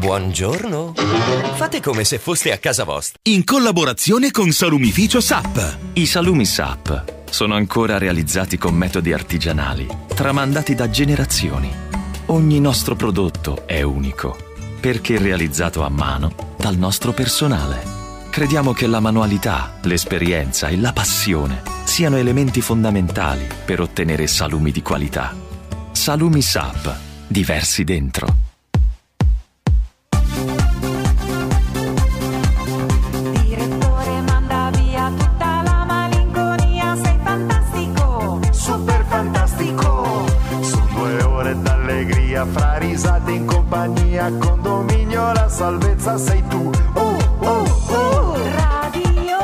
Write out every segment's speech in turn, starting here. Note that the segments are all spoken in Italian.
Buongiorno. Fate come se foste a casa vostra. In collaborazione con Salumificio SAP. I salumi SAP sono ancora realizzati con metodi artigianali, tramandati da generazioni. Ogni nostro prodotto è unico, perché realizzato a mano dal nostro personale. Crediamo che la manualità, l'esperienza e la passione siano elementi fondamentali per ottenere salumi di qualità. Salumi SAP, diversi dentro. Direttore, manda via tutta la malinconia, sei fantastico, super fantastico. Sono 2 ore d'allegria, fra risate in compagnia, condominio, la salvezza sei tu. Radio,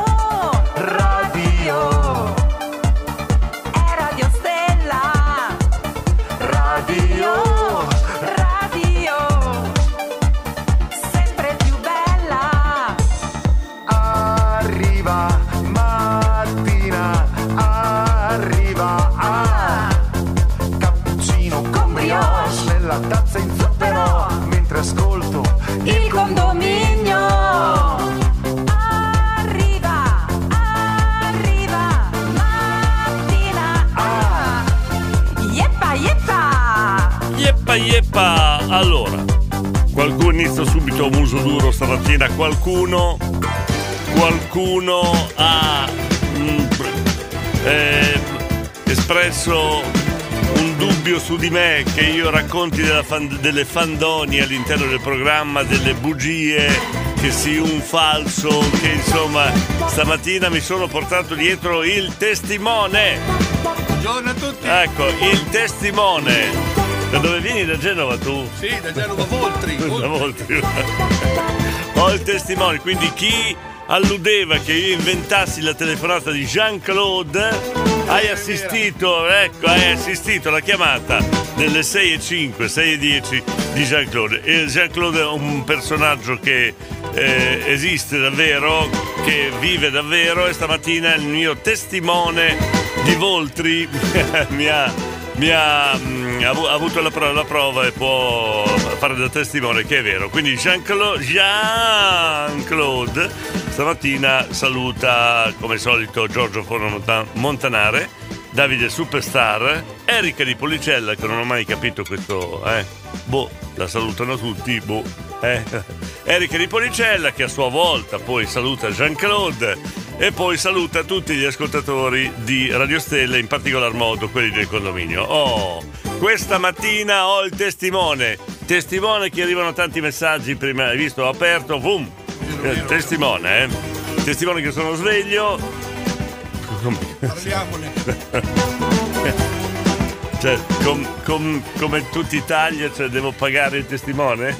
radio, è Radio Stella. Radio, radio, sempre più bella. Arriva mattina, arriva cappuccino con brioche, nella tazza in zucchero, mentre ascolto Il condominio. Arriva, arriva, mattina. Yeppa, yeppa. Yeppa yeppa. Allora, qualcuno inizia subito a muso duro stamattina, qualcuno ha espresso un dubbio su di me, che io racconti delle fandonie all'interno del programma, delle bugie, che sia un falso, che insomma stamattina mi sono portato dietro il testimone. Buongiorno a tutti. Ecco, il testimone. Da dove vieni? Da Genova tu? Sì, da Genova Voltri. Da Voltri. Ho il testimone, quindi chi alludeva che io inventassi la telefonata di Jean-Claude, hai assistito alla chiamata delle 6:05, 6:10 di Jean-Claude. E Jean-Claude è un personaggio che esiste davvero, che vive davvero, e stamattina il mio testimone di Voltri mi ha avuto la prova e può fare da testimone che è vero. Quindi Jean-Claude stamattina saluta come al solito Giorgio Forno Montanare, Davide Superstar, Erika di Policella, che non ho mai capito questo, la salutano tutti, Erika di Policella, che a sua volta poi saluta Jean-Claude e poi saluta tutti gli ascoltatori di Radio Stella, in particolar modo quelli del condominio. Questa mattina ho il testimone che arrivano tanti messaggi, prima hai visto, ho aperto, boom, testimone che sono sveglio. Parliamone. Cioè, come tutti i tagli, cioè devo pagare il testimone?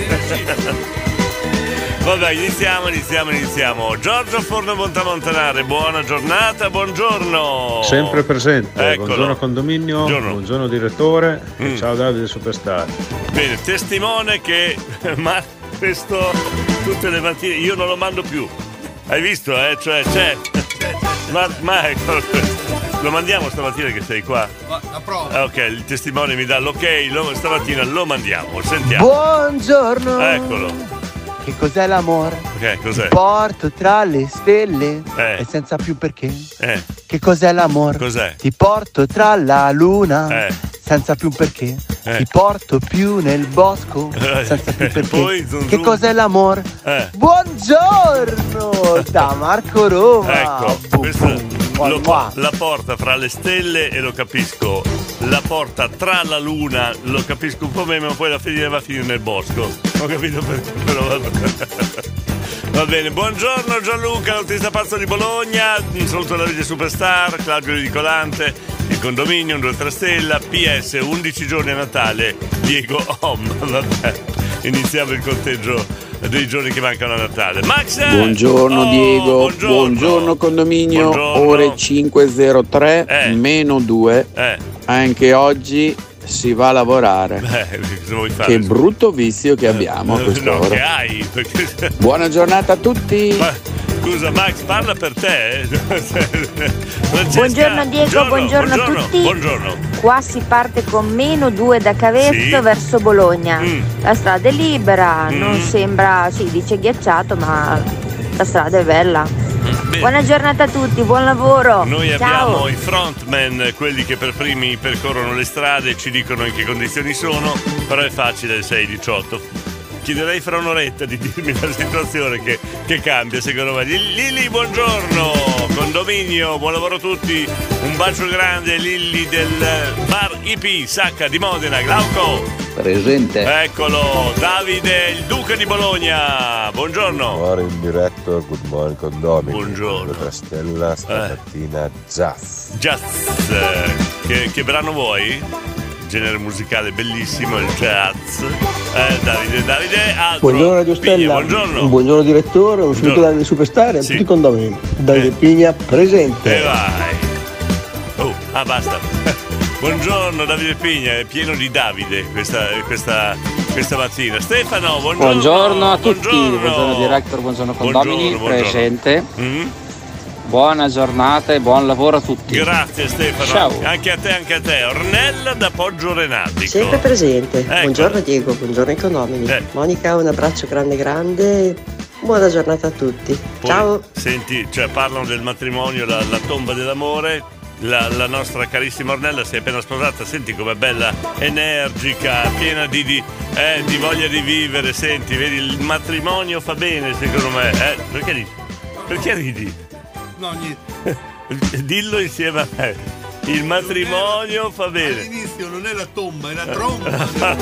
Vabbè, iniziamo. Giorgio Forno Montanare, buona giornata, buongiorno. Sempre presente. Eccolo. Buongiorno condominio, buongiorno direttore, e ciao Davide Superstar. Bene, testimone che ma questo tutte le mattine io non lo mando più. Hai visto, Cioè c'è. Ma ecco, lo mandiamo stamattina che sei qua? La prova. Ok, il testimone mi dà l'ok, stamattina lo mandiamo, sentiamo. Buongiorno. Eccolo. Che cos'è l'amore? Ok, cos'è? Ti porto tra le stelle e senza più perché. Che cos'è l'amore? Cos'è? Ti porto tra la luna senza più perché. Ti porto più nel bosco senza più perché. Poi, che cos'è l'amore? Buongiorno da Marco Roma. Ecco, questo la porta fra le stelle e lo capisco. La porta tra la luna lo capisco un po' meno, ma poi la fine va a finire nel bosco. Ho capito perché, però va bene. Buongiorno Gianluca, l'autista pazzo di Bologna. Un saluto da Davide Superstar, Claudio Ridicolante, il condominio, 2-3 stella. PS, 11 giorni a Natale. Diego vabbè. Iniziamo il conteggio dei giorni che mancano a Natale. Max! Buongiorno Diego, buongiorno condominio, buongiorno. Ore 5:03 meno 2. Anche oggi si va a lavorare. Cosa vuoi fare? Che brutto vizio che abbiamo a quest'ora. Che hai? Buona giornata a tutti. Scusa Max, parla per te. Buongiorno Diego, buongiorno a tutti. Buongiorno. Qua si parte con -2 da Cavezzo verso Bologna. La strada è libera, non sembra, dice ghiacciato, ma la strada è bella. Buona giornata a tutti, buon lavoro. Noi Ciao. abbiamo i frontman, quelli che per primi percorrono le strade e ci dicono in che condizioni sono, però è facile il 6-18. Chiederei fra un'oretta di dirmi la situazione che cambia secondo me. Lilli, buongiorno, condominio, buon lavoro a tutti, un bacio grande. Lilli del bar IP Sacca di Modena. Glauco presente. Eccolo, Davide, il duca di Bologna, buongiorno. Ora in diretta, good morning condomini. Buongiorno. La Stella stamattina jazz. Che brano vuoi? Genere musicale bellissimo, il jazz. Davide, altro. Buongiorno Radio Stella. Buongiorno. Buongiorno direttore, un saluto dalle Superstar e a tutti i condomini. Davide Pigna presente. E vai. Basta. Buongiorno Davide Pigna, è pieno di Davide questa mattina. Stefano, buongiorno. Buongiorno a tutti. Buongiorno director, buongiorno condomini, presente. Buona giornata e buon lavoro a tutti. Grazie Stefano. Ciao. Anche a te. Ornella da Poggio Renatico. Sempre presente. Ecco. Buongiorno Diego, buongiorno economini. Monica, un abbraccio grande. Buona giornata a tutti. Poi, ciao. Senti, parlano del matrimonio, la tomba dell'amore. La nostra carissima Ornella si è appena sposata, senti com'è bella, energica, piena di voglia di vivere. Senti, vedi, il matrimonio fa bene secondo me. Perché ridi? No, niente. Dillo insieme a me. Il matrimonio fa bene. All'inizio non è la tomba, è la tromba.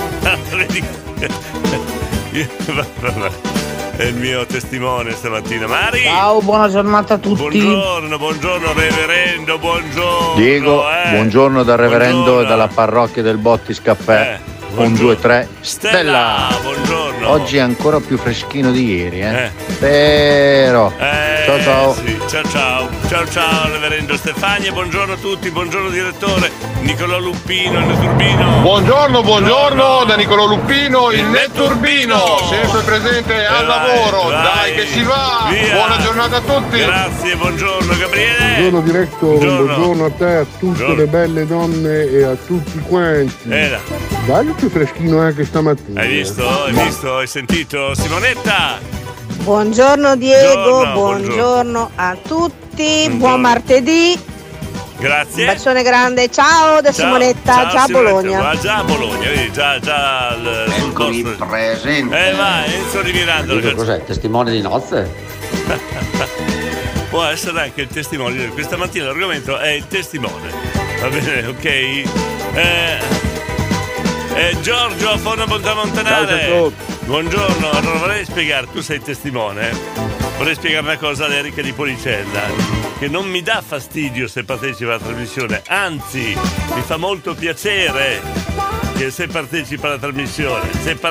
È il mio testimone stamattina. Mari! Ciao, buona giornata a tutti. Buongiorno reverendo, buongiorno. Diego, buongiorno dal reverendo e dalla parrocchia del Bottis Caffè. 1, 2, 3. Stella, buongiorno. Oggi è ancora più freschino di ieri, Però. Ciao. Sì. Ciao reverendo Stefania, buongiorno a tutti, buongiorno direttore. Nicolò Luppino, il Netturbino. Buongiorno da Nicolò Luppino, il Netturbino. Sempre presente al lavoro. Dai che si va. Via. Buona giornata a tutti. Grazie, buongiorno Gabriele. Buongiorno direttore, buongiorno a te, a tutte le belle donne e a tutti quanti. Bello più freschino anche stamattina. Hai visto? Hai sentito? Simonetta. Buongiorno Diego, buongiorno a tutti, buon martedì. Grazie. Un bacione grande, ciao da Simonetta, già a Bologna. Va già a Bologna, vedi, già sul posto. Presente. Vai, Enzo di Miranda. Cos'è? Testimone di nozze? Può essere anche il testimone. Questa mattina l'argomento è il testimone. Va bene, ok? Giorgio a Fono Montanare. Ciao. Buongiorno, allora vorrei spiegare, tu sei testimone, vorrei spiegare una cosa all'Erica di Policella, che non mi dà fastidio se partecipa alla trasmissione, anzi mi fa molto piacere che se partecipa alla trasmissione,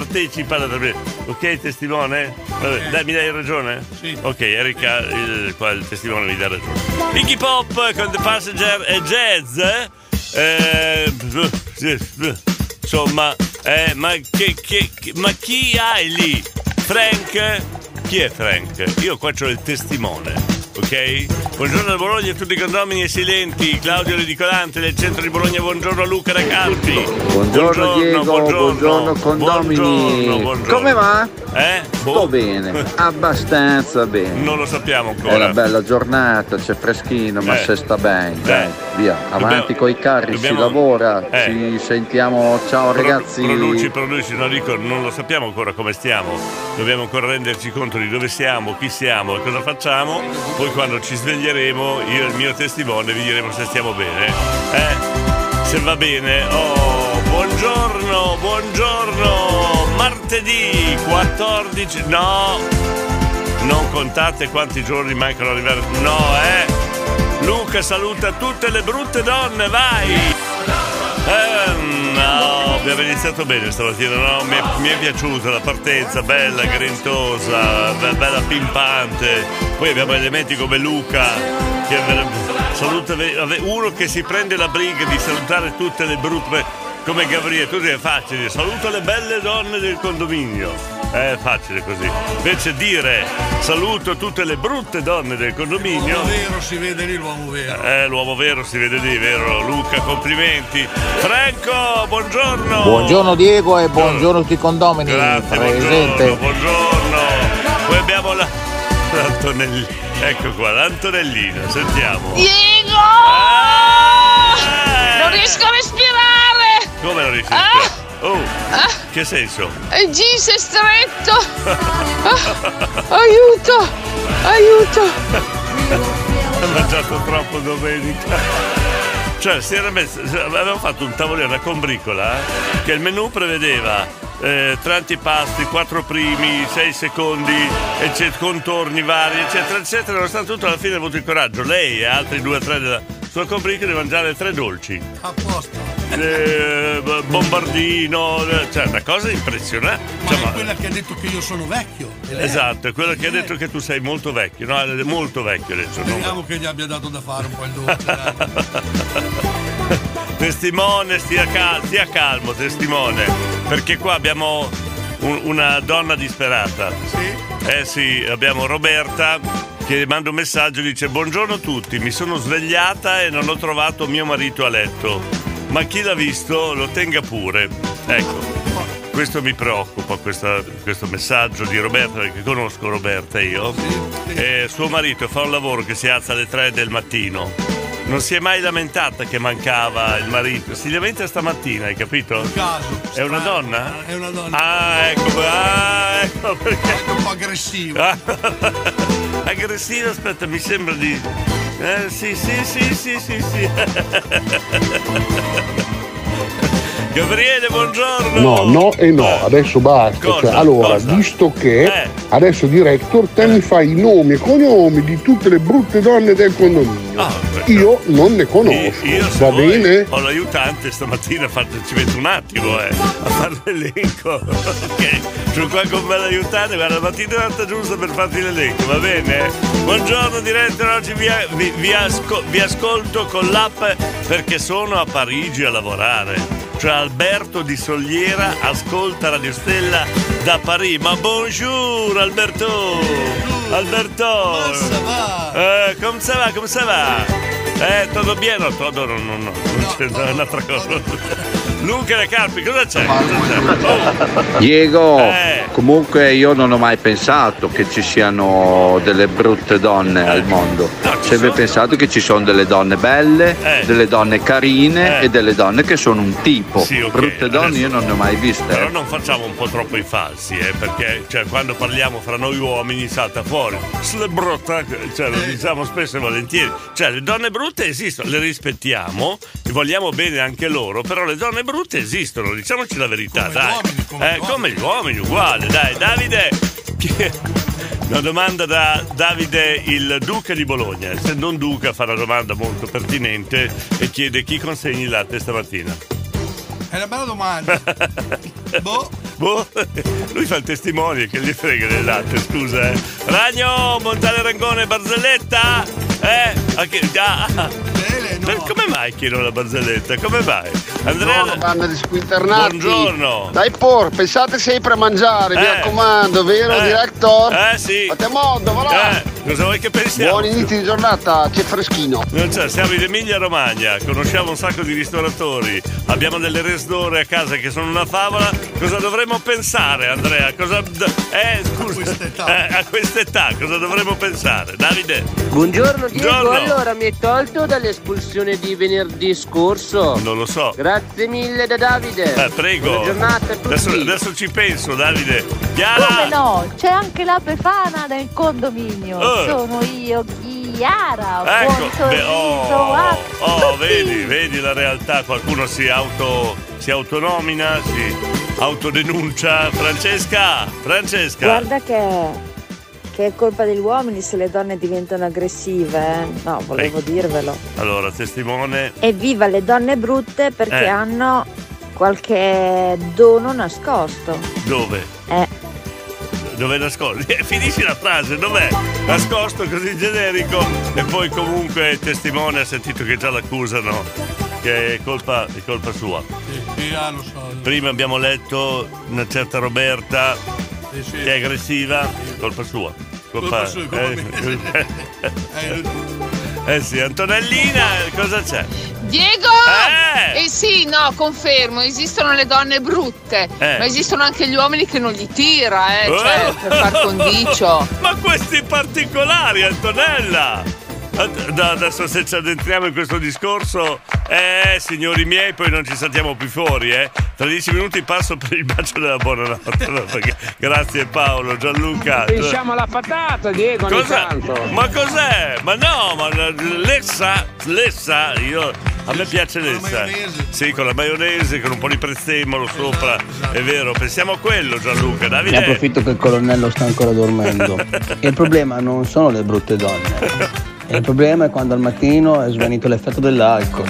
ok testimone? Vabbè, dai, mi dai ragione? Sì. Ok, Erica, il testimone mi dà ragione. Iggy Pop con The Passenger e Jazz, insomma, ma chi hai lì? Frank? Chi è Frank? Io qua c'ho il testimone, ok? Buongiorno da Bologna a tutti i condomini e silenti. Claudio Ridicolante del centro di Bologna, buongiorno a Luca da Carpi. Buongiorno Diego, buongiorno condomini. Buongiorno. Come va? Sto bene, abbastanza bene. Non lo sappiamo ancora. È una bella giornata, c'è freschino, ma se sta bene, dai, via, avanti coi carri, si lavora, ci sentiamo, ciao ragazzi. Produci, no, dico, non lo sappiamo ancora come stiamo, dobbiamo ancora renderci conto di dove siamo, chi siamo e cosa facciamo, poi quando ci sveglieremo io e il mio testimone vi diremo se stiamo bene, se va bene. Buongiorno, martedì 14, no, non contate quanti giorni mancano ad arrivare, Luca saluta tutte le brutte donne, vai! No, abbiamo iniziato bene stamattina, no? Mi è piaciuta la partenza, bella, grintosa, bella pimpante. Poi abbiamo elementi come Luca, che saluta uno che si prende la briga di salutare tutte le brutte, come Gabriele, tutti è facile, saluta le belle donne del condominio. È facile così. Invece dire saluto tutte le brutte donne del condominio. L'uomo vero si vede lì, l'uomo vero. L'uomo vero si vede lì, vero? Luca, complimenti. Franco, buongiorno. Buongiorno Diego e buongiorno a tutti i condomini. Grazie, presente. Buongiorno. Poi abbiamo l'Antonellino. Ecco qua, l'Antonellino, sentiamo. Diego! Non riesco a respirare! Come non riesci a respirare? Che senso? Il jeans è stretto! Aiuto! Ha mangiato troppo domenica. Cioè, avevamo fatto un tavolino, una combricola, che il menù prevedeva 3 antipasti, 4 primi, 6 secondi, contorni vari, eccetera, eccetera. Nonostante tutto, alla fine ha avuto il coraggio, lei e altri 2 o 3 della sua combricola, di mangiare 3 dolci. A posto. Bombardino, cioè una cosa impressionante. Ma è quella che ha detto che io sono vecchio. Esatto, è quella che ha detto che tu sei molto vecchio, no? Molto vecchio adesso. Speriamo che gli abbia dato da fare un po' il dolce. Testimone, stia calmo, testimone, perché qua abbiamo una donna disperata. Sì? Sì, abbiamo Roberta che manda un messaggio e dice: buongiorno a tutti, mi sono svegliata e non ho trovato mio marito a letto, ma chi l'ha visto lo tenga pure. Ecco, questo mi preoccupa, questo messaggio di Roberta, perché conosco Roberta io. E suo marito fa un lavoro che si alza alle 3 del mattino. Non si è mai lamentata che mancava il marito. Si lamenta stamattina, hai capito? Caso. È una donna? È una donna. Ecco perché. È un po' aggressiva. Aggressiva, aspetta, mi sembra di. Sì. Gabriele, buongiorno. No e no, adesso basta. Cosa? Visto che adesso Director te mi fai i nomi e cognomi di tutte le brutte donne del condominio. Io non ne conosco. Va bene? Ho l'aiutante stamattina, ci metto un attimo a fare l'elenco. Ok, sono qua con me l'aiutante, guarda, la mattinata giusta per farti l'elenco, va bene? Buongiorno Director, oggi vi ascolto con l'app perché sono a Parigi a lavorare. Cioè Alberto di Soliera ascolta Radio Stella da Parigi. Ma bonjour Alberto! Alberto! Come ça va? Tutto bene? No, todo non c'è un'altra cosa. Luca da Carpi, cosa c'è? Diego, comunque io non ho mai pensato che ci siano delle brutte donne al mondo. Ho sempre pensato che ci sono delle donne belle, delle donne carine e delle donne che sono un tipo. Sì, okay. Brutte donne io non ne ho mai viste. Però non facciamo un po' troppo i falsi, perché quando parliamo fra noi uomini salta fuori le brutte, lo diciamo spesso e volentieri. Le donne brutte esistono, le rispettiamo, vogliamo bene anche loro, però le donne brutte esistono, diciamoci la verità, come gli uomini, uguale, dai. Davide, una domanda da Davide, il duca di Bologna. Essendo un duca fa una domanda molto pertinente e chiede: chi consegni il latte stamattina? È una bella domanda. Boh. Lui fa il testimone, che gli frega del latte, scusa. Ragno, Montale Rangone, barzelletta? Come mai chiedo la barzelletta? Come mai? Andrea, banda di squinternati. Buongiorno. Dai pensate sempre a mangiare, mi raccomando, vero Director? Sì. Fate modo, va là. Cosa vuoi che pensiamo? Buon inizio di giornata, c'è freschino. Siamo in Emilia Romagna, conosciamo un sacco di ristoratori, abbiamo delle resdore a casa che sono una favola. Cosa dovremmo pensare, Andrea? Scusa. A quest'età cosa dovremmo pensare? Davide. Buongiorno Diego, allora mi hai tolto dall'espulsione di venerdì scorso? Non lo so. Grazie mille da Davide. Prego. Buona giornata a tutti. Adesso ci penso, Davide. Chiara. Come no? C'è anche la Befana nel condominio. Sono io, Chiara. Buon sorriso a tutti. Vedi la realtà. Qualcuno si autonomina, si autodenuncia. Francesca. Guarda che è colpa degli uomini se le donne diventano aggressive, No, volevo dirvelo. Allora, testimone. Evviva le donne brutte perché hanno qualche dono nascosto. Dove? Dove nascosto? Finisci la frase, dov'è? Nascosto così generico. E poi comunque testimone ha sentito che già l'accusano, che è colpa sua. Sì, lo so. Prima abbiamo letto una certa Roberta che è aggressiva, colpa sua. Colpa sua, sì, Antonellina, cosa c'è? Diego! Sì, no, confermo, esistono le donne brutte, ma esistono anche gli uomini che non gli tira, cioè, per far condicio. Ma questi particolari, Antonella! Adesso se ci addentriamo in questo discorso, signori miei, poi non ci saltiamo più fuori, Tra 10 minuti passo per il bacio della buonanotte. Grazie Paolo, Gianluca. Pensiamo alla patata, Diego, ogni tanto. Ma cos'è? Ma no, ma l'essa, a me piace l'essa. Sì, con la maionese, con un po' di prezzemolo sopra, è vero, pensiamo a quello, Gianluca. Davide. Ne approfitto che il colonnello sta ancora dormendo. Il problema non sono le brutte donne. Il problema è quando al mattino è svanito l'effetto dell'alcol.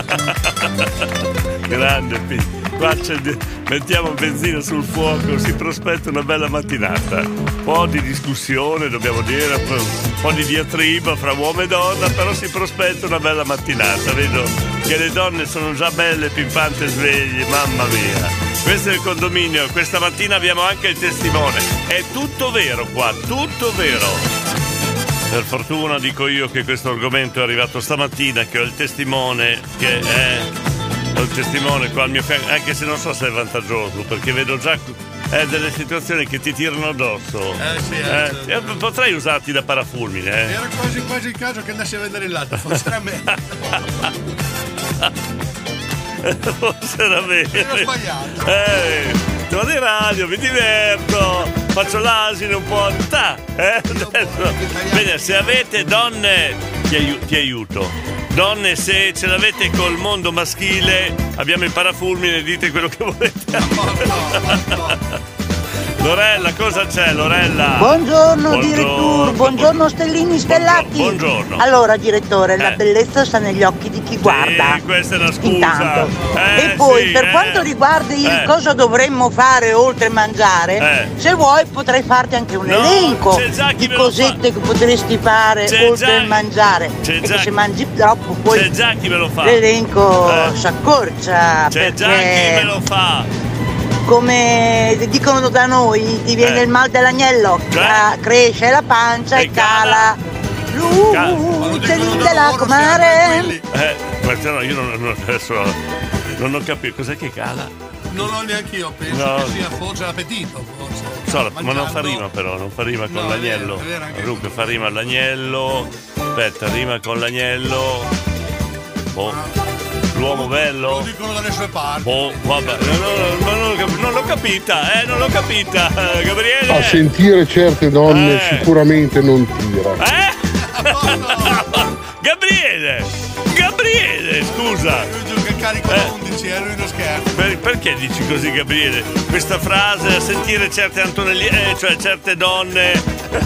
Grande, qua mettiamo benzina sul fuoco, si prospetta una bella mattinata. Un po' di discussione, dobbiamo dire, un po' di diatriba fra uomo e donna, però si prospetta una bella mattinata. Vedo che le donne sono già belle, pimpante e sveglie, mamma mia. Questo è il condominio, questa mattina abbiamo anche il testimone. È tutto vero qua, tutto vero. Per fortuna dico io che questo argomento è arrivato stamattina, che ho il testimone qua al mio fianco, anche se non so se è vantaggioso, perché vedo già delle situazioni che ti tirano addosso. Potrei usarti da parafulmine. Era quasi il caso che andassi a vedere il latte, forse era me. Forse era me. Ero sbagliato. Sono di radio, mi diverto, faccio l'asino un po'. Adesso. Bene, se avete donne, ti aiuto. Donne, se ce l'avete col mondo maschile, abbiamo il parafulmine, dite quello che volete. Lorella, cosa c'è, Lorella? Buongiorno direttore, buongiorno stellini stellati. Buongiorno. Allora direttore, la bellezza sta negli occhi di chi guarda. Questa è una scusa. Intanto. E poi per quanto riguarda il cosa dovremmo fare oltre mangiare, se vuoi potrei farti anche un elenco di cosette che potresti fare oltre il mangiare. Perché se mangi troppo poi c'è già chi me lo fa. L'elenco si accorcia. C'è già chi me lo fa. Come dicono da noi, ti viene il mal dell'agnello, cresce la pancia e cala luce della comare. Questo no, io adesso non ho capito cos'è che cala. Non ho neanche io, penso che sia forse l'appetito. Ma non fa rima però, non fa rima con l'agnello. Dunque fa rima l'agnello. Aspetta, rima con l'agnello. L'uomo bello? Lo dicono dalle sue parti. Vabbè, non l'ho capita, Gabriele. A sentire certe donne sicuramente non tira. Gabriele, scusa. Che carico da 11, lui non scherza. Perché dici così, Gabriele? Questa frase, a sentire certe Antonelline, cioè certe donne.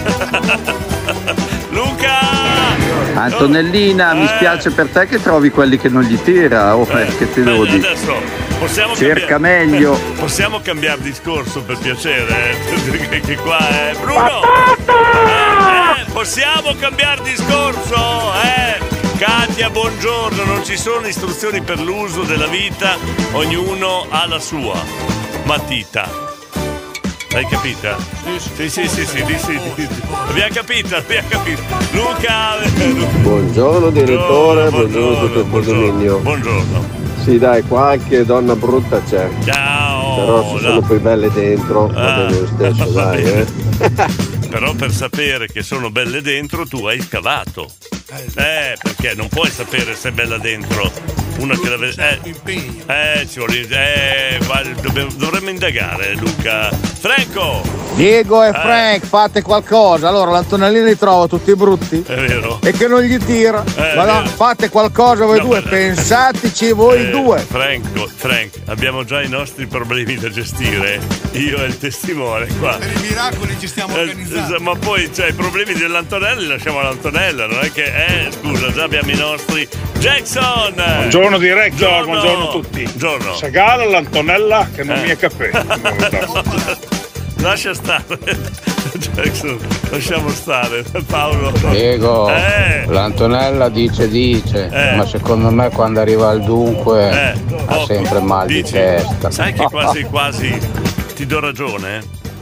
Luca! Antonellina, mi spiace per te che trovi quelli che non gli tira, che ti devo dire. Adesso possiamo cerca meglio. Possiamo cambiare discorso per piacere, che qua è Bruno. Possiamo cambiare discorso, Katia, buongiorno, non ci sono istruzioni per l'uso della vita, ognuno ha la sua matita. L'hai capita? Sì. Abbiamo capito. Luca! Buongiorno direttore, buongiorno tutto il condominio. Buongiorno. Sì dai, qualche donna brutta c'è. Ciao! Però se sono poi belle dentro, va bene lo stesso, dai. Però per sapere che sono belle dentro tu hai scavato. Perché non puoi sapere se è bella dentro una che la vede. Ci vuole. Dovremmo indagare, Luca. Franco! Diego e Frank, fate qualcosa. Allora l'Antonellina li trova tutti brutti. È vero. E che non gli tira. Ma no, fate qualcosa voi due, pensateci voi due. Frank, abbiamo già i nostri problemi da gestire. Io e il testimone qua. Per i miracoli ci stiamo organizzando. Ma poi i problemi dell'Antonella li lasciamo all'Antonella, non è che scusa, già abbiamo i nostri. Jackson! Buongiorno direttore, buongiorno a tutti. Buongiorno. Sagala l'Antonella che non mi è caffè. Lascia stare. Jackson, lasciamo stare. Paolo. Diego, l'Antonella dice, ma secondo me quando arriva al dunque ha sempre mal di testa. Sai che quasi ti do ragione?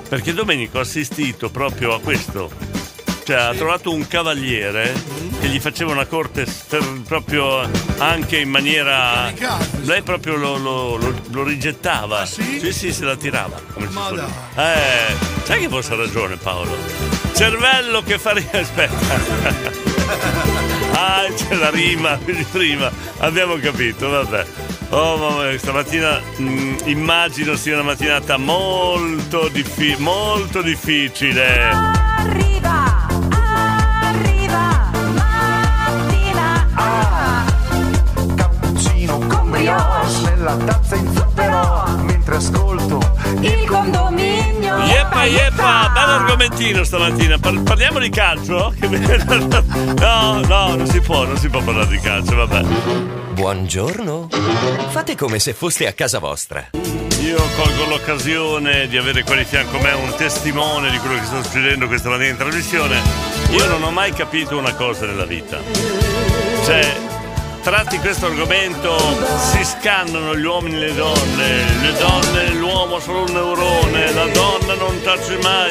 Perché Domenico ha assistito proprio a questo. Cioè ha trovato un cavaliere che gli faceva una corte proprio anche in maniera... Lei proprio lo rigettava. Sì, se la tirava. Come sai che forse ha ragione Paolo. Cervello che fa... Aspetta. C'è la rima prima. Abbiamo capito, vabbè. Oh mamma mia, stamattina immagino sia una mattinata molto difficile. Arriva mattina. Cappuccino con brioche nella tazza in zucchero mentre ascolto il condominio. Yeppa, bello argomentino stamattina. Parliamo di calcio? No, non si può parlare di calcio, vabbè. Buongiorno. Fate come se foste a casa vostra. Io colgo l'occasione di avere qua di fianco a me un testimone di quello che sta succedendo questa mattina in trasmissione. Io non ho mai capito una cosa nella vita. Cioè, tratti questo argomento, si scannano gli uomini e le donne, l'uomo solo un neurone, la donna non tace mai,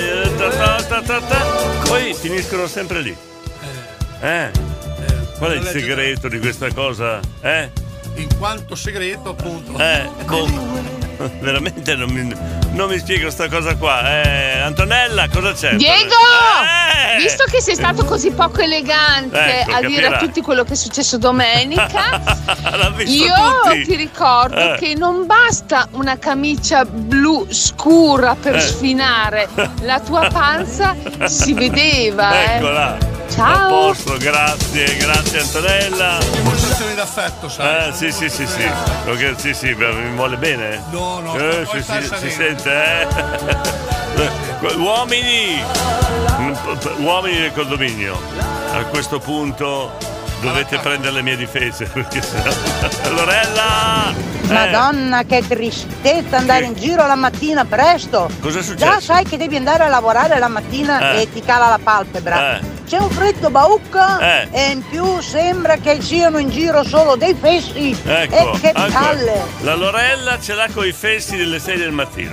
poi finiscono sempre lì. Qual è il segreto di questa cosa? In quanto segreto, appunto. Veramente non mi spiego sta cosa qua. Antonella, cosa c'è? Diego! Visto che sei stato così poco elegante a dire a tutti quello che è successo domenica, io ti ricordo che non basta una camicia blu scura per sfinare. La tua panza si vedeva. Eccola. Ciao. A posto, grazie Antonella. Dimostrazioni d'affetto, sai? Sì. Perché sì, mi vuole bene? No. Si sente, Uomini del condominio, a questo punto dovete prendere le mie difese, perché sennò... Lorella! Madonna, che tristezza andare in giro la mattina presto. Cosa è successo? Già sai che devi andare a lavorare la mattina e ti cala la palpebra. C'è un freddo baucca e in più sembra che siano in giro solo dei fessi. Ecco, e che palle. La Lorella ce l'ha con i fessi delle 6 del mattino.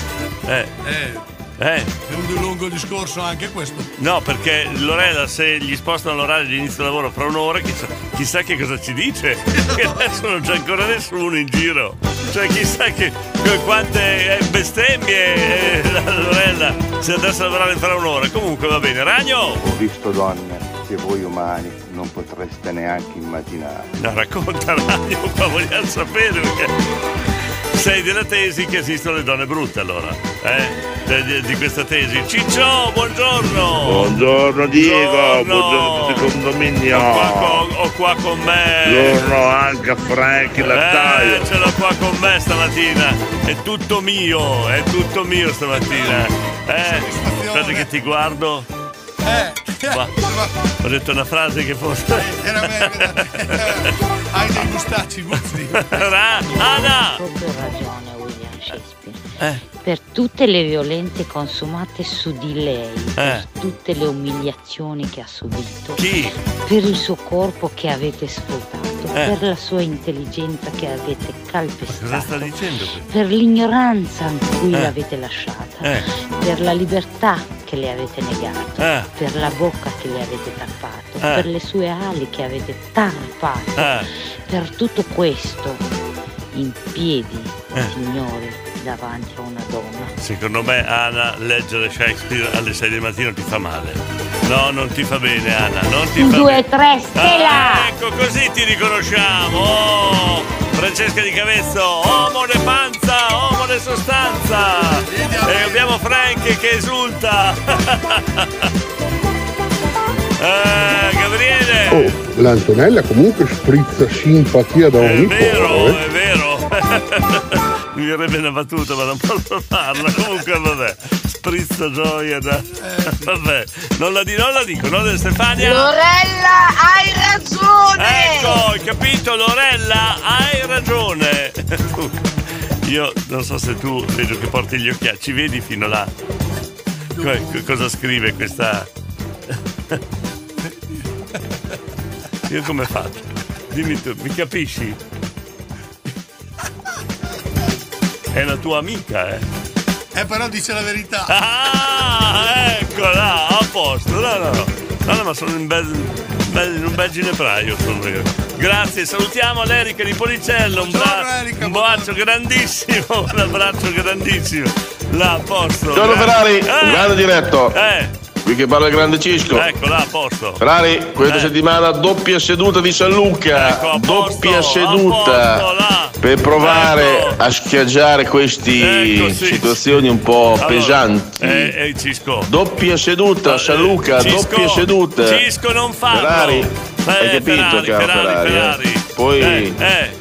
È un lungo discorso anche questo. No, perché Lorella, se gli spostano l'orario di inizio lavoro fra un'ora, chissà che cosa ci dice. Che adesso non c'è ancora nessuno in giro. Cioè chissà che quante bestemmie Lorella, se andasse a lavorare fra un'ora. Comunque va bene. Ragno! Ho visto donne che voi umani non potreste neanche immaginare. No, racconta Ragno, qua vogliamo sapere, perché sei della tesi che esistono le donne brutte, allora, di questa tesi. Ciccio, buongiorno. Buongiorno Diego, buongiorno a tutti i condominio. Ho qua con me. Buongiorno anche a Franchi Lattaio. Ce l'ho qua con me stamattina. È tutto mio stamattina. Aspetta che ti guardo. Ho detto una frase che forse hai dei mustacci guzzi. Anna! Proprio ragione William Shakespeare. Per tutte le violenze consumate su di lei, per tutte le umiliazioni che ha subito, per il suo corpo che avete sfruttato, per la sua intelligenza che avete calpestato, cosa sta dicendo? Per l'ignoranza in cui l'avete lasciata, per la libertà che le avete negato, per la bocca che le avete tappato, per le sue ali che avete tarpato, per tutto questo in piedi, signori, davanti a una donna. Secondo me, Anna, leggere Shakespeare alle 6 del mattino ti fa male. No, non ti fa bene, Anna, non ti fa 2, 3 stella! Ecco, così ti riconosciamo. Francesca Di Cavezzo, uomo de panza, uomo de sostanza. E abbiamo Frank che esulta. Gabriele. L'Antonella comunque sprizza simpatia da ogni poro. È vero. Mi verrebbe una battuta, ma non posso farla. Comunque vabbè, sprizza gioia da... Vabbè, non la dico, no, Stefania? Lorella, hai ragione! Ecco, hai capito, Lorella, hai ragione. Io non so se tu, vedo che porti gli occhiali, ci vedi fino là? Cosa scrive questa... Io come faccio? Dimmi tu, mi capisci? È la tua amica, Però dice la verità. Eccola, a posto. No, ma sono in un bel ginepraio. Grazie, salutiamo l'Erica di Policello. Un bacio grandissimo, un abbraccio grandissimo. Là, a posto. Ciao Ferrari, grande diretto. Qui che parla il grande Cisco. Ecco, là, a posto. Ferrari, questa settimana doppia seduta di San Luca. Ecco, a posto, doppia seduta. A posto, là. Per provare a schiacciare queste situazioni un po' pesanti. Cisco. Doppia seduta, San Luca, Cisco, doppia seduta. Cisco, non farlo. Ferrari, hai capito, Ferrari. Poi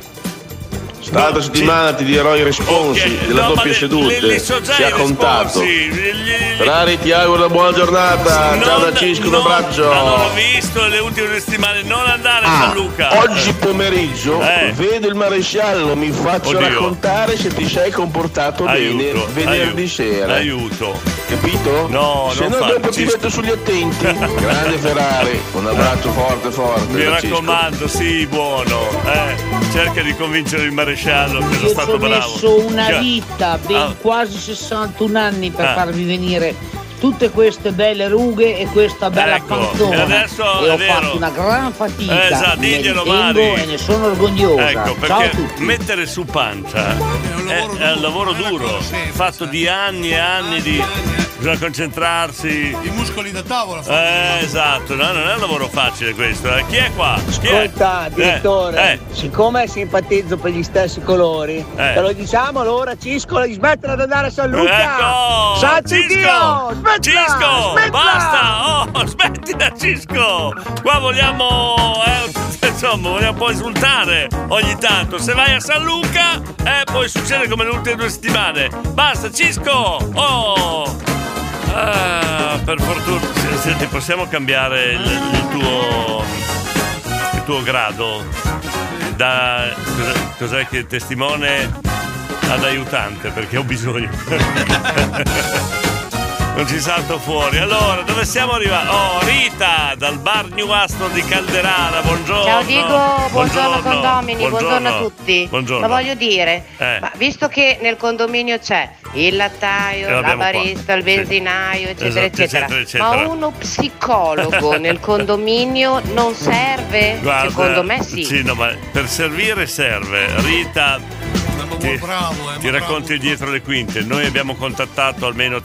l'altra settimana ti dirò i responsi della doppia seduta. Si è contato. Ferrari, ti auguro una buona giornata. Ciao da Cisco, un abbraccio. Non l'ho visto le ultime settimane. Non andare a San Luca. Oggi pomeriggio vedo il maresciallo. Mi faccio raccontare se ti sei comportato bene venerdì sera. Aiuto. Capito? No, se no dopo ti metto sugli attenti. Grande Ferrari, un abbraccio forte. Mi raccomando, sì, buono. Cerca di convincere il maresciallo che sono stato bravo. Io ci ho messo una vita, quasi 61 anni per farvi venire tutte queste belle rughe e questa bella panzona. E adesso ho fatto una gran fatica. Esatto, diglielo, Mari. E ne sono orgogliosa. Ecco, Ciao a perché tutti. mettere su pancia è un lavoro duro, fatto di anni e anni di. Bisogna concentrarsi. I muscoli da tavola. Esatto, no, non è un lavoro facile questo. Chi è qua? Ascolta, direttore, siccome simpatizzo per gli stessi colori, te lo diciamo allora, Cisco, di smettere di andare a San Luca. Ecco! Santi Dio! Smettila! Cisco! Basta! Smettila, Cisco! Qua vogliamo. Insomma, vogliamo un po' esultare ogni tanto. Se vai a San Luca, poi succede come le ultime 2 settimane. Basta, Cisco! Per fortuna. Senti, possiamo cambiare il tuo grado da cos'è che testimone ad aiutante, perché ho bisogno. Non ci salto fuori. Allora, dove siamo arrivati? Rita dal bar New Astor di Calderara. Buongiorno. Ciao Diego, buongiorno condomini, buongiorno a tutti. Buongiorno. Ma voglio dire, ma visto che nel condominio c'è il lattaio, la barista, il benzinaio, eccetera, eccetera, ma uno psicologo nel condominio non serve? Guarda, secondo me sì. Sì, no, ma per servire serve. Rita, ti racconti dietro le quinte. Noi abbiamo contattato almeno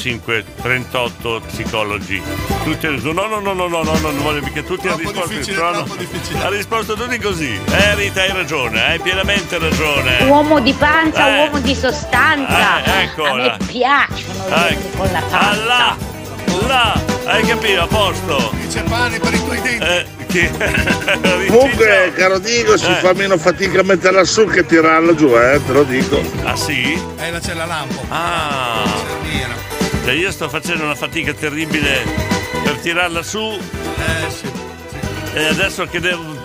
38 psicologi. Tutti hanno detto no, non voglio, perché tutti hanno risposto. Ha risposto tutti così. Rita, hai ragione, hai pienamente ragione. Uomo di pancia, uomo di sostanza. Eccola. A me piacciono gli uomini con la pancia. Là, hai capito, a posto. C'è pane per i tuoi denti. Comunque, caro Diego, si fa meno fatica a metterla su che tirarla giù, te lo dico. Ah sì? Là c'è la lampo. Ah. Cioè io sto facendo una fatica terribile per tirarla su. Sì. E adesso che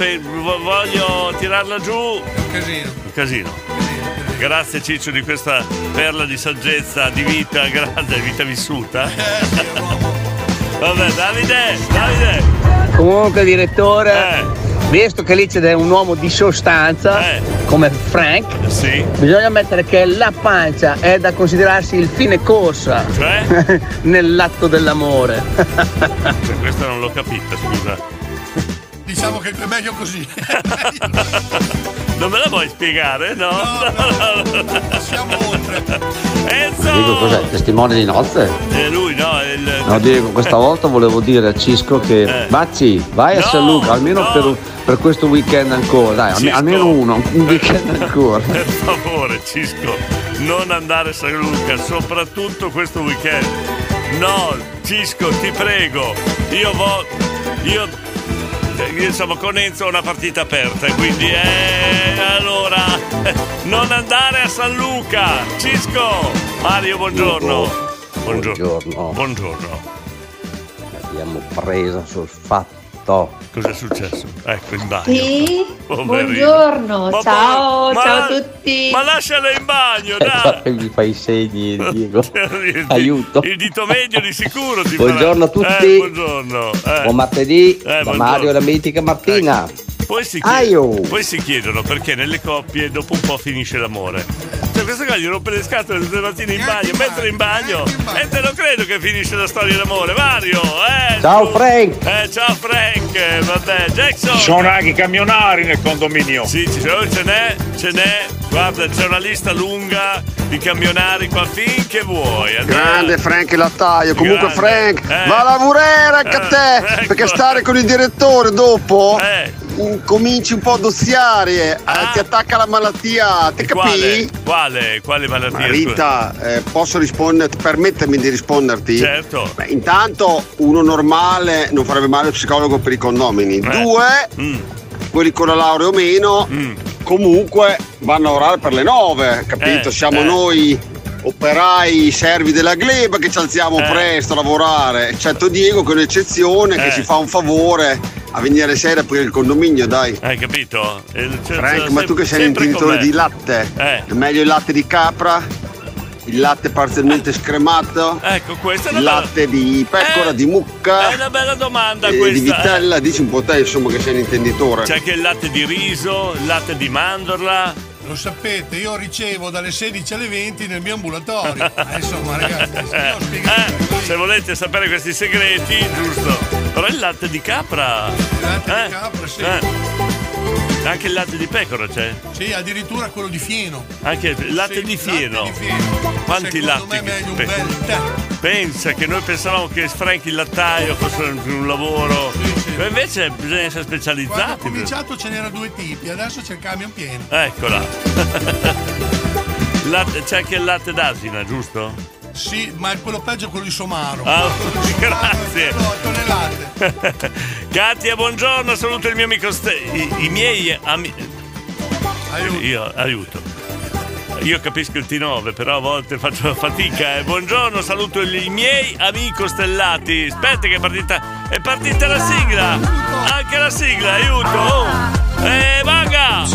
voglio tirarla giù. È un casino. Grazie Ciccio di questa perla di saggezza, di vita, grande vita vissuta. Vabbè, Davide. Comunque, direttore, visto che lì c'è un uomo di sostanza, come Frank, bisogna mettere che la pancia è da considerarsi il fine corsa, cioè? Nell'atto dell'amore. Cioè, questa non l'ho capita, scusa. Diciamo che è meglio così. Non me la vuoi spiegare? No. Siamo oltre. Enzo! Diego, cos'è? Testimone di nozze? Lui no, No, Diego, questa volta volevo dire a Cisco che Bacci, vai a San Luca, almeno per questo weekend ancora. Dai, almeno un weekend ancora. Per favore, Cisco, non andare a San Luca, soprattutto questo weekend. No, Cisco, ti prego. Io insomma con Enzo ho una partita aperta, quindi allora non andare a San Luca. Cisco, Mario, buongiorno. Buongiorno. L'abbiamo presa sul fatto. Cos'è successo? Ecco, in bagno. Sì, buongiorno, ciao a tutti. Ma lasciala in bagno, dai. Mi fai i segni, Diego. Aiuto. Il dito medio di sicuro ti Buongiorno a tutti. Buongiorno. Buon martedì, da Mario e la mitica Martina. Poi si chiedono perché nelle coppie dopo un po' finisce l'amore. Cioè questo qua gli rompe le scatole tutte le mattine in bagno, mentre in bagno, e te lo credo che finisce la storia d'amore. Mario, ciao Frank. Ciao Frank, vabbè, Jackson. Ci sono anche i camionari nel condominio. Sì, ce n'è. Guarda, c'è una lista lunga di camionari qua finché vuoi. Grande Frank il lattaio. Comunque Frank, va a lavorare anche a te, perché stare con il direttore dopo cominci un po' a dozziare, ti attacca la malattia, ti capì? Quale malattia? Rita, posso permettermi di risponderti? Certo. Beh, intanto uno normale non farebbe male il psicologo per i condomini. 2, quelli con la laurea o meno, comunque vanno a lavorare per le 9, capito? Siamo noi operai servi della gleba che ci alziamo presto a lavorare, eccetto Diego che è un'eccezione che si fa un favore a venire sera per il condominio, dai. Hai capito? Frank, ma tu che sei un intenditore di latte, è meglio il latte di capra, il latte parzialmente scremato, ecco, questa è il latte di pecora, di mucca, è una bella domanda questa, di vitella, dici un po' te insomma che sei un intenditore. C'è anche il latte di riso, il latte di mandorla. Lo sapete, io ricevo dalle 16 alle 20 nel mio ambulatorio. Insomma, ragazzi, se volete sapere questi segreti, giusto. Però il latte di capra. Il latte di capra, sì. Anche il latte di pecora c'è? Sì, addirittura quello di fieno. Anche il latte di fieno. Quanti latti? Secondo me è meglio un bel tè. Pensa che noi pensavamo che Frank il lattaio fosse un lavoro. Ma invece bisogna essere specializzati. Quando ho cominciato ce n'erano 2 tipi, adesso c'è il camion pieno. Eccola. C'è anche il latte d'asina, giusto? Sì, ma quello peggio è quello di Somaro. Grazie. Tonnellate. Katia, buongiorno, saluto il mio amico i miei amici. Aiuto. Io capisco il T9, però a volte faccio fatica. Buongiorno, saluto i miei amici stellati. Aspetta che è partita la sigla. Anche la sigla, aiuto. Vaga.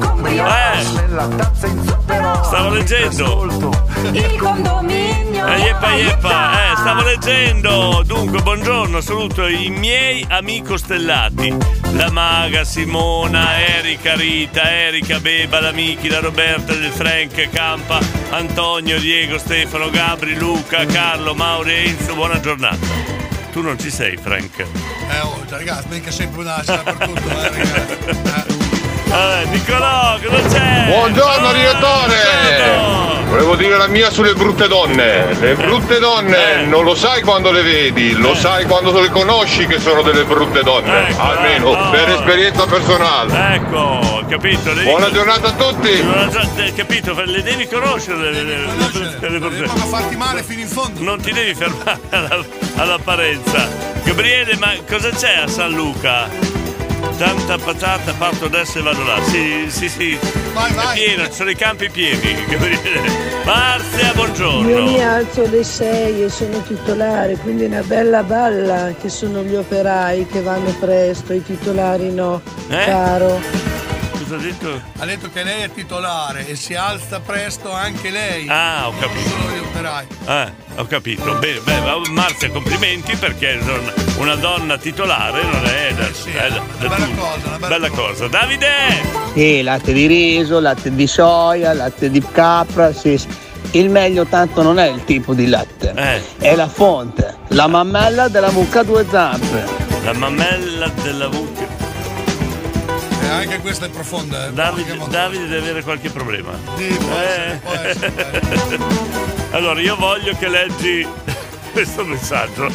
Stavo leggendo. Il condominio. Yeppa. Stavo leggendo. Dunque, buongiorno, saluto i miei amici stellati. La Maga, Simona, Erika, Rita, Erika, Beba, la Miki, la Roberta, il Frank, Campa, Antonio, Diego, Stefano, Gabri, Luca, Carlo, Maurizio, buona giornata. Tu non ci sei, Frank? Ragazzi, mica sempre una c'è per tutto, ragazzi. Nicolò, cosa c'è? Buongiorno direttore! Volevo dire la mia sulle brutte donne. Le brutte donne non lo sai quando le vedi, lo sai quando le conosci che sono delle brutte donne. Almeno per esperienza personale. Ecco, capito? Buona giornata a tutti! Capito? Le devi conoscere le brutte. Devono farti male fino in fondo. Non ti devi fermare all'apparenza. Gabriele, ma cosa c'è a San Luca? Tanta patata, parto adesso e vado là. Sì. Vai. È pieno, ci sono i campi pieni. Marzia, buongiorno. Io mi alzo alle 6 e sono titolare, quindi è una bella balla che sono gli operai che vanno presto, i titolari no, caro. Cosa ha detto? Ha detto che lei è titolare e si alza presto anche lei. Ho capito. Solo gli operai. Ho capito. Bene, Marzia, complimenti perché una donna titolare non è una bella cosa. Davide! Latte di riso, latte di soia, latte di capra, sì. Il meglio tanto non è il tipo di latte, è la fonte, la mammella della mucca a 2 zampe. La mammella della mucca. Anche questa è profonda. Davide deve avere qualche problema. Sì, può essere. Allora, io voglio che leggi questo messaggio.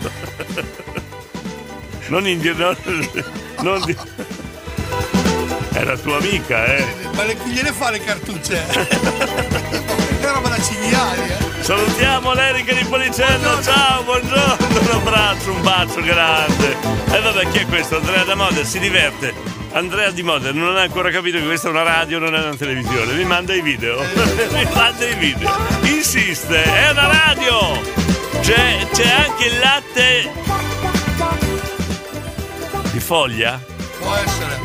È la tua amica, Ma chi gliene fa le cartucce? È roba da cinghiali, Salutiamo l'Erica di Policello, ciao, buongiorno, un abbraccio, un bacio grande. E vabbè, chi è questo? Andrea da Modena, si diverte. Andrea di Modena non ha ancora capito che questa è una radio, non è una televisione. Mi manda i video. Insiste, è una radio. C'è anche il latte di foglia? Può essere.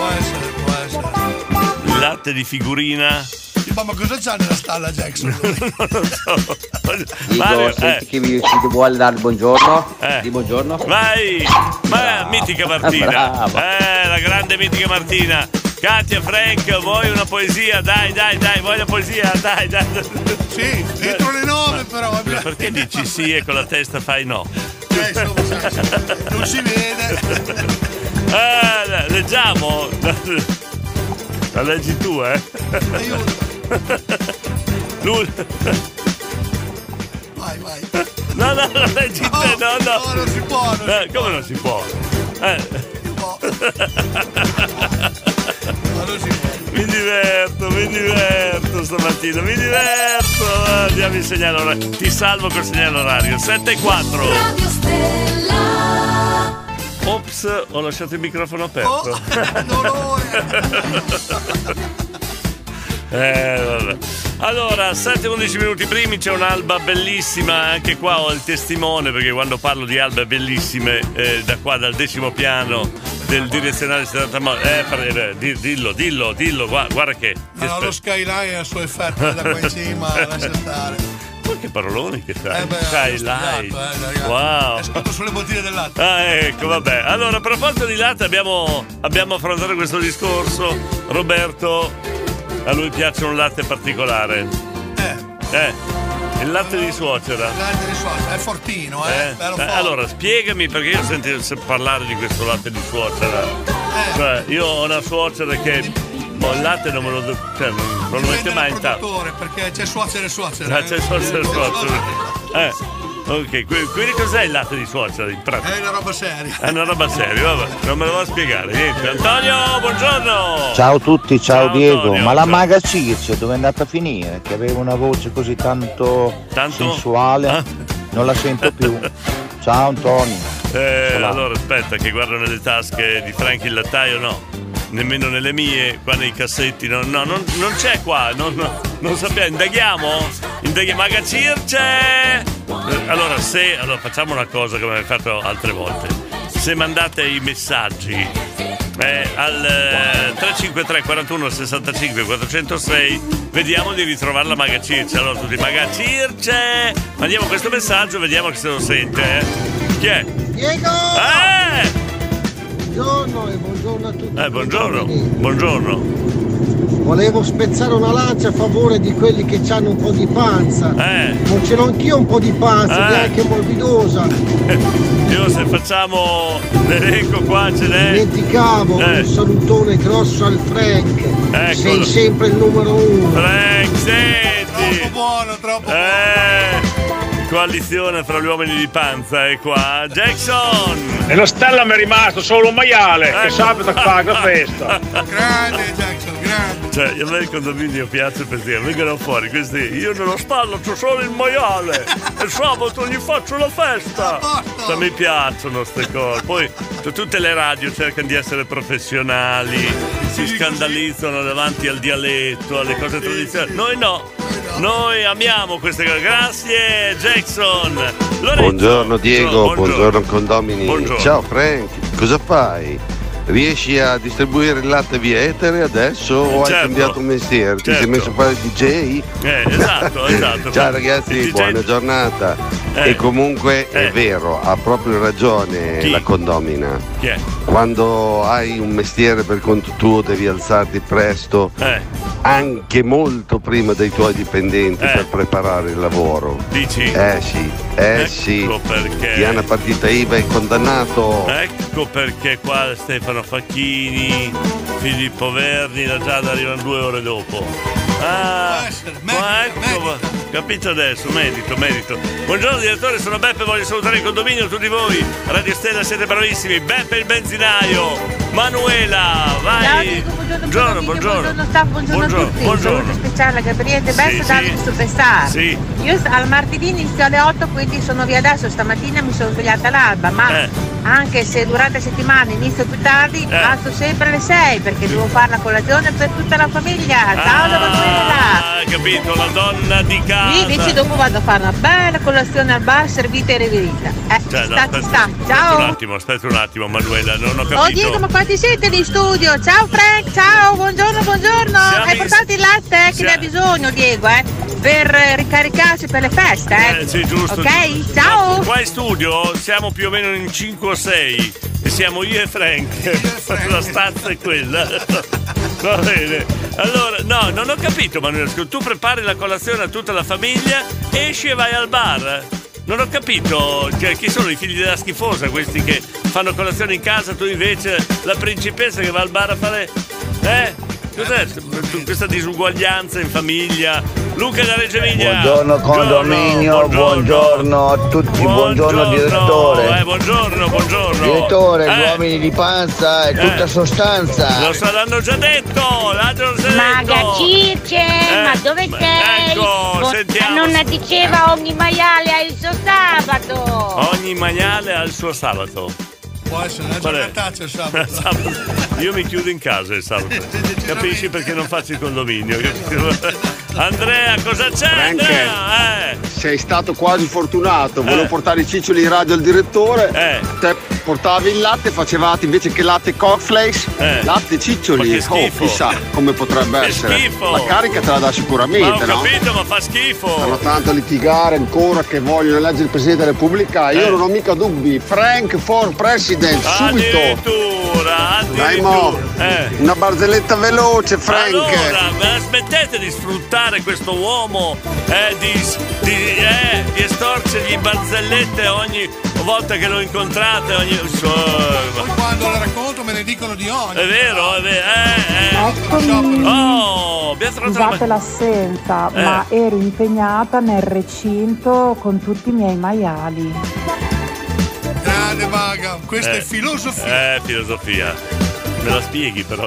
Il latte di figurina? Ma cosa c'ha nella stalla Jackson? Non lo so. Mario, senti che vi vuole dare il buongiorno? Di buongiorno? Vai! Ma mitica Martina. Brava. la grande mitica Martina. Katia, Frank, vuoi una poesia? Dai, vuoi la poesia? Dai. Sì, entro le 9 però. Perché dici sì e con la testa fai no? Non si vede. Leggiamo. La leggi tu, Aiuto. Vai. No, leggi te, no. No, non si può. Come non si può? Mi diverto stamattina, andiamo in segnale orario. Ti salvo col segnale orario 7:04. Radio Stella. Ops, ho lasciato il microfono aperto. Vabbè. Allora, 7-11 minuti primi, c'è un'alba bellissima, anche qua ho il testimone, perché quando parlo di albe bellissime, da qua dal 10° piano del direzionale 70 dillo, guarda che no, lo skyline ha il suo effetto da qua in cima, lascia stare. Ma che paroloni che sai? Skyline, wow, è scritto sulle bottiglie del latte. Ecco, vabbè. Allora, a proposito di latte, abbiamo affrontato questo discorso. Roberto, a lui piace un latte particolare. Il latte di suocera. Il latte di suocera, è fortino, bello forte. Allora, spiegami, perché io ho sentito parlare di questo latte di suocera. Cioè, io ho una suocera che il latte non me lo non lo mette mai in tavola. Perché c'è suocera e suocera. C'è suocera e suocera. Ok, quindi cos'è il latte di suocera in pratica? È una roba seria. È una roba seria, vabbè, non me lo va a spiegare. Niente. Antonio, buongiorno! Ciao a tutti, ciao Diego. Antonio, ma la maga Circe dove è andata a finire? Che aveva una voce così tanto sensuale, non la sento più. Ciao Antonio. Allora aspetta che guardo nelle tasche di Frank il lattaio, no. Nemmeno nelle mie, qua nei cassetti, non c'è qua, non sappiamo, indaghiamo, Maga Circe! Allora facciamo una cosa come abbiamo fatto altre volte, se mandate i messaggi al 353 41 65 406 vediamo di ritrovare la Maga Circe. Allora tutti, Maga Circe, mandiamo questo messaggio, vediamo che se lo sente. Chi è? Diego! Buongiorno e buongiorno a tutti. Buongiorno. Volevo spezzare una lancia a favore di quelli che hanno un po' di panza. Non ce l'ho anch'io un po' di panza, neanche morbidosa. Io se facciamo l'elenco qua ce n'è. Dimenticavo, un salutone grosso al Frank. Eccolo. Sei sempre il numero 1. Frank, senti. Troppo buono. Coalizione fra gli uomini di panza è qua. Jackson! E la stella mi è rimasto solo un maiale che sabato fa la festa. Grande Jackson, grande. Cioè, a me il condominio piace perché vengono fuori questi. Io nello stallo c'ho solo il maiale e sabato gli faccio la festa. Cioè, mi piacciono ste cose. Poi tutte le radio cercano di essere professionali, si scandalizzano davanti al dialetto, alle cose tradizionali. Noi no. Noi amiamo queste cose. Grazie Jackson. Lorenzo. Buongiorno Diego, buongiorno condomini. Buongiorno. Ciao Frank, cosa fai? Riesci a distribuire il latte via etere adesso o hai cambiato mestiere? Ti sei messo a fare DJ? Esatto. Ciao ragazzi, buona giornata. E comunque è vero, ha proprio ragione la condomina. Chi è? Quando hai un mestiere per conto tuo devi alzarti presto, anche molto prima dei tuoi dipendenti per preparare il lavoro. Dici? Sì. Perché. Chi ha una partita IVA è condannato. Ecco perché qua Stefano Facchini, Filippo Verni, la Giada arrivano 2 ore dopo. Capito adesso, merito. Buongiorno direttore, sono Beppe, voglio salutare il condominio, tutti voi. Radio Stella siete bravissimi. Beppe il benzinaio, Manuela, vai. Buongiorno staff, buongiorno a tutti. Saluto speciale a Gabriele Besso, Davide Superstar. Sì. Io al martedì inizio alle 8, quindi sono via adesso. Stamattina mi sono svegliata all'alba, ma anche se durante la settimana inizio più tardi, alzo sempre alle 6 perché devo fare la colazione per tutta la famiglia. Ciao Manuela. Capito, la donna di casa. Io invece dopo vado a fare una bella colazione al bar servita e riverita. Ci sta. Ciao. Aspetta un attimo Manuela, non ho capito. Oh Diego, ma quanti siete lì in studio? Ciao Frank, ciao, buongiorno. Hai portato il latte che ne ha bisogno Diego, per ricaricarsi per le feste, Sì, giusto. Ok, ciao. Qua in studio siamo più o meno in 5 o 6 e siamo io e Frank. La stanza è quella. Va bene. Allora, no, non ho capito, Manuel. Tu prepari la colazione a tutta la famiglia, esci e vai al bar? Non ho capito, cioè, chi sono i figli della schifosa questi che fanno colazione in casa, tu invece la principessa che va al bar a fare... Cos'è questa disuguaglianza in famiglia? Luca da Reggio Emilia. Buongiorno condominio, buongiorno a tutti, buongiorno direttore. Buongiorno. Direttore, gli uomini di panza è tutta sostanza. L'hanno già detto, Maga Circe, ma dove sei? Ecco, sentiamo. La nonna diceva ogni maiale ha il suo sabato. Ogni maiale ha il suo sabato. Può essere una giornataccia il sabato. Io mi chiudo in casa il sabato. Capisci perché non faccio il condominio? Andrea, cosa c'è? Frank, Andrea? Sei stato quasi fortunato. Volevo portare i ciccioli in radio al direttore. Te portavi il latte, facevate invece che latte cornflakes, latte ciccioli. Chissà come potrebbe essere. Schifo. La carica te la dà sicuramente, no? Ho capito, ma fa schifo. Stanno tanto a litigare ancora che vogliono eleggere il Presidente della Repubblica. Io non ho mica dubbi. Frank for President, subito. Addirittura. Dai mo, una barzelletta veloce, Frank. Allora, smettete di sfruttare questo uomo di estorcergli barzellette ogni volta che lo incontrate. Poi quando le racconto me ne dicono di ogni. È vero. Eccomi. Scusate l'assenza, ma ero impegnata nel recinto con tutti i miei maiali. Grande Maga, questa è filosofia. Filosofia. Me la spieghi però.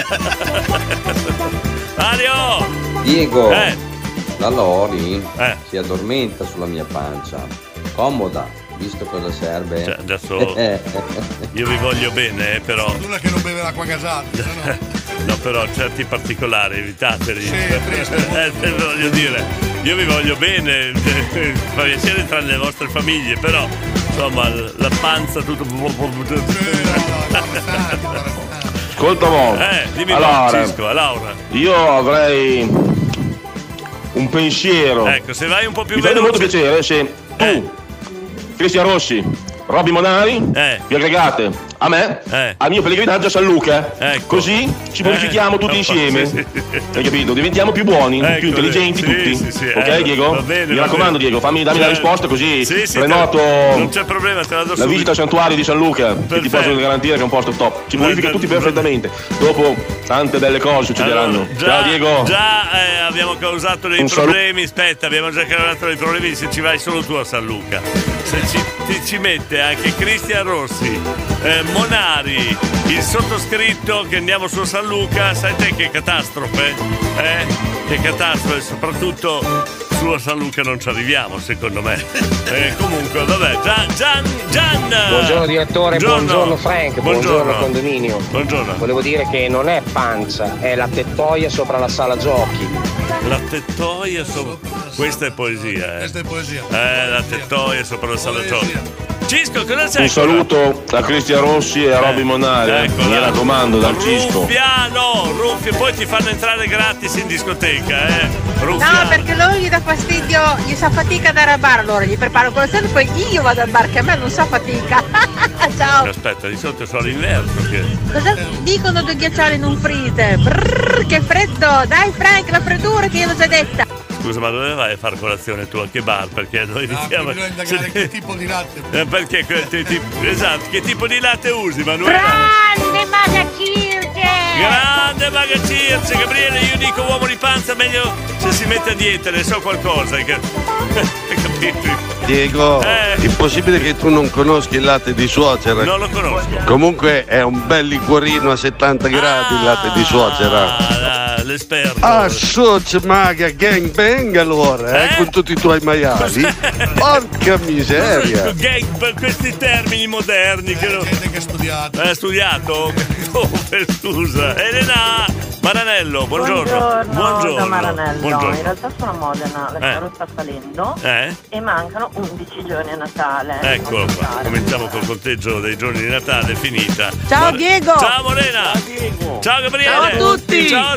Mario! Diego, la Lori si addormenta sulla mia pancia. Comoda, visto cosa serve. Cioè, adesso io vi voglio bene, però. Fortuna che non beve l'acqua gasata. No, però certi particolari evitateli. Voglio dire, io vi voglio bene, fa piacere tra le vostre famiglie, però insomma la panza tutto. Ascolta mo. Dimmi allora, Cisco, Laura. Io avrei un pensiero. Ecco, se vai un po' più mi veloce. Mi farebbe molto piacere se tu, Cristian Rossi, Robby Monari, vi aggregate a me, al mio pellegrinaggio a San Luca. Così ci purifichiamo tutti insieme. Hai capito? Diventiamo più buoni, più intelligenti tutti. Ok, Diego? Va bene, mi raccomando, Diego, dammi la risposta così prenoto non c'è problema, te la do la visita al santuario di San Luca, che ti posso garantire che è un posto top. Ci purifica tutti perfettamente. Dopo tante belle cose succederanno. Ciao Diego. Già abbiamo causato dei problemi. Aspetta, abbiamo già causato dei problemi se ci vai solo tu a San Luca. Se ci mette anche Cristian Rossi, Monari, il sottoscritto che andiamo su San Luca, sai te che catastrofe? Che catastrofe, soprattutto su a San Luca non ci arriviamo, secondo me. Comunque, vabbè, Gian. Buongiorno direttore, buongiorno Frank, buongiorno condominio. Buongiorno. Volevo dire che non è pancia, è la tettoia sopra la sala giochi. La tettoia sopra. Questa è poesia, Questa è poesia. La tettoia sopra la sala giochi. Cisco, cosa c'è? Un saluto a Cristian Rossi e a Robby Monari. Mi raccomando, dal Cisco. Ruffia, poi ti fanno entrare gratis in discoteca, No, perché loro gli dà fastidio, gli fa fatica andare al bar, allora gli preparo colazione, poi io vado al bar, che a me non sa fatica. Ciao. Aspetta, di solito sono all'inverno. Cosa dicono due ghiaccioli in un freezer? Brrr, che freddo! Dai Frank, la freddura che io l'ho già detta. Scusa, ma dove vai a fare colazione tu? A che bar? Perché noi iniziamo. Bisogna indagare che tipo di latte. Perché esatto, che tipo di latte usi, Manuela? Grande Maga Circe! Grande Maga Circe, Gabriele, io dico uomo di panza, meglio se si mette a dieta, ne so qualcosa. Hai capito? Diego, è possibile che tu non conoschi il latte di suocera? Non lo conosco. Comunque è un bel liquorino a 70 gradi il latte di suocera. L'esperto. Socia Maga gang bang allora, con tutti i tuoi maiali. Porca miseria. Gang per questi termini moderni che ha studiato. Hai studiato? Dove, scusa? Elena Maranello, buongiorno. Da Maranello. Buongiorno. In realtà sono a Modena, la città sta salendo e mancano 11 giorni a Natale. Eccolo qua, cominciamo col conteggio dei giorni di Natale, finita. Ciao Diego. Ciao Morena. Ciao Diego. Ciao Gabriele. Ciao a tutti. Ciao a tutti.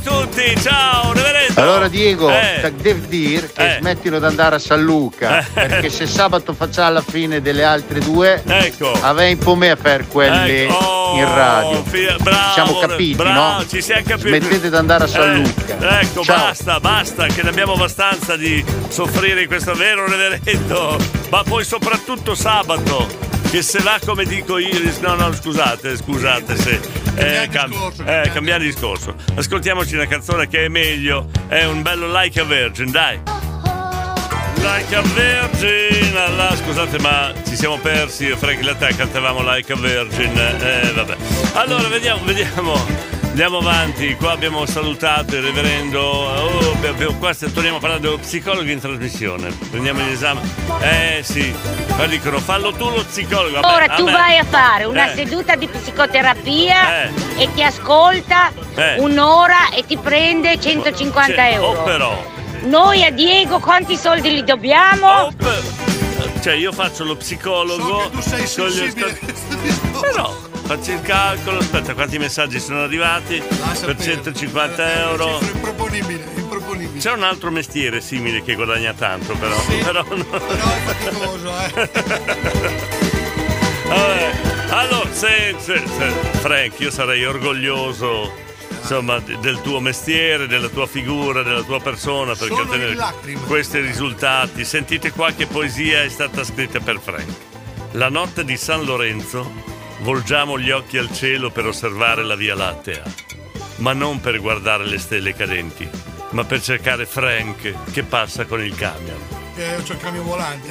avanti, ciao, reverendo. Allora Diego, devi dire che smettino di andare a San Luca, perché se sabato facciamo alla fine delle altre due, avei un po' me a fare quelli in radio. Bravo, ci siamo capiti, bravo, no? Ci siamo capiti. Smettete di andare a San Luca. Ecco, ciao. basta, che ne abbiamo abbastanza di soffrire in questo vero reverendo. Ma poi soprattutto sabato, che se va come dico io. No, scusate se. Cambiare discorso. Ascoltiamoci una canzone che è meglio. È un bello Like a Virgin, dai. Like a Virgin. Scusate, ma ci siamo persi. Io e Frank Latte cantavamo Like a Virgin. Vabbè. Allora, vediamo. Andiamo avanti, qua abbiamo salutato il reverendo. Qua torniamo a parlare dello psicologo in trasmissione. Prendiamo l'esame. Sì, qua dicono fallo tu lo psicologo. Ora tu vai a fare una seduta di psicoterapia e ti ascolta un'ora e ti prende 150 euro. Però. Noi a Diego quanti soldi li dobbiamo? Cioè io faccio lo psicologo. So che tu sei sensibile. Però faccio il calcolo, aspetta, quanti messaggi sono arrivati per 150 euro. È improponibile. C'è un altro mestiere simile che guadagna tanto, però. Sì, però no. Però è faticoso, Vabbè. Allora, Frank, io sarei orgoglioso, insomma, del tuo mestiere, della tua figura, della tua persona, perché ottenere questi risultati. Sentite qua che poesia è stata scritta per Frank. La notte di San Lorenzo volgiamo gli occhi al cielo per osservare la Via Lattea, ma non per guardare le stelle cadenti, ma per cercare Frank che passa con il camion. C'ho il camion volante.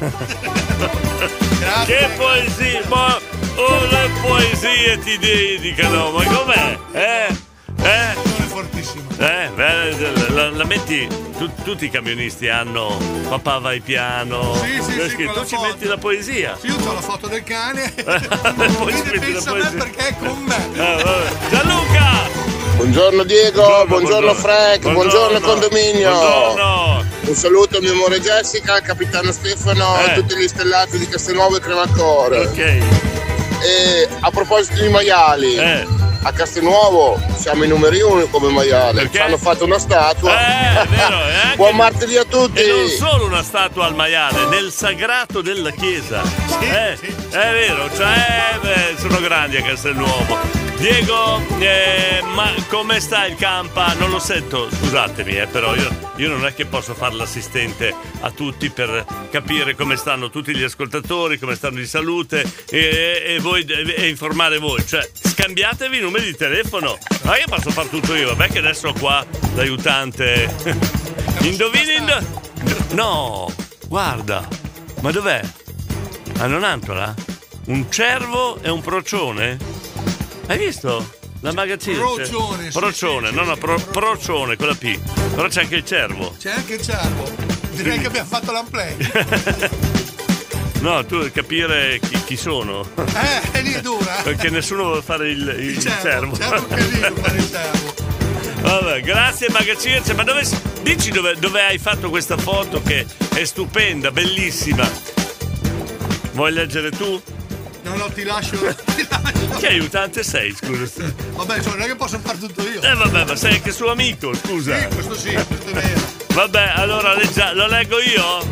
Che poesia! Ma le poesie ti dedicano, ma com'è? Sono fortissimo. La metti. Tutti i camionisti hanno Papà vai piano. Sì, tu ci metti la poesia. Sì, io ho la foto del cane. Poi ci metti pensa a me perché è con me. Gianluca! Buongiorno Diego, buongiorno Frank, buongiorno condominio. Buongiorno. Un saluto a mia amore Jessica, al capitano Stefano e a tutti gli stellati di Castelnuovo e Crevacore. Ok. E a proposito di maiali, a Castelnuovo siamo i numeri 1 come maiale. Ci hanno fatto una statua. È vero, buon martedì a tutti. E non solo una statua al maiale, nel sagrato della chiesa. È vero, cioè sono grandi a Castelnuovo. Diego, ma come sta il campa? Non lo sento, scusatemi, però io non è che posso fare l'assistente a tutti per capire come stanno tutti gli ascoltatori, come stanno di salute e voi e informare voi. Cioè, scambiatevi i numeri di telefono. Ma io posso fare tutto io, vabbè che adesso ho qua l'aiutante. Indovini? No, guarda, ma dov'è? A Nonantola? Un cervo e un procione? Hai visto? La magazzina? Procione, procione con la P. Però c'è anche il cervo. C'è anche il cervo. Direi che abbiamo fatto l'unplay. No, tu devi capire chi sono. Lì è dura. Perché nessuno vuole fare il cervo. Cervo che lì non fare il cervo. Vabbè, grazie Magacirce. Ma dici dove hai fatto questa foto che è stupenda, bellissima. Vuoi leggere tu? No, ti lascio. Che aiutante sei, scusa? Vabbè, non è che posso fare tutto io. Vabbè, ma sei anche suo amico, scusa. Sì, questo è vero. Vabbè, allora lo leggo io?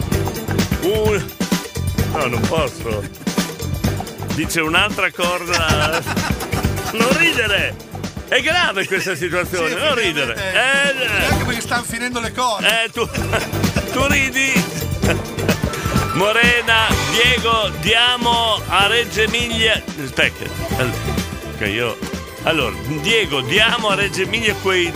No, non posso. Dice un'altra corda. Non ridere! È grave questa situazione, non ridere. Anche perché stanno finendo le cose. Tu ridi? Morena, Diego, diamo a Reggio Emilia. Aspetta. Allora, Diego, diamo a Reggio Emilia quei.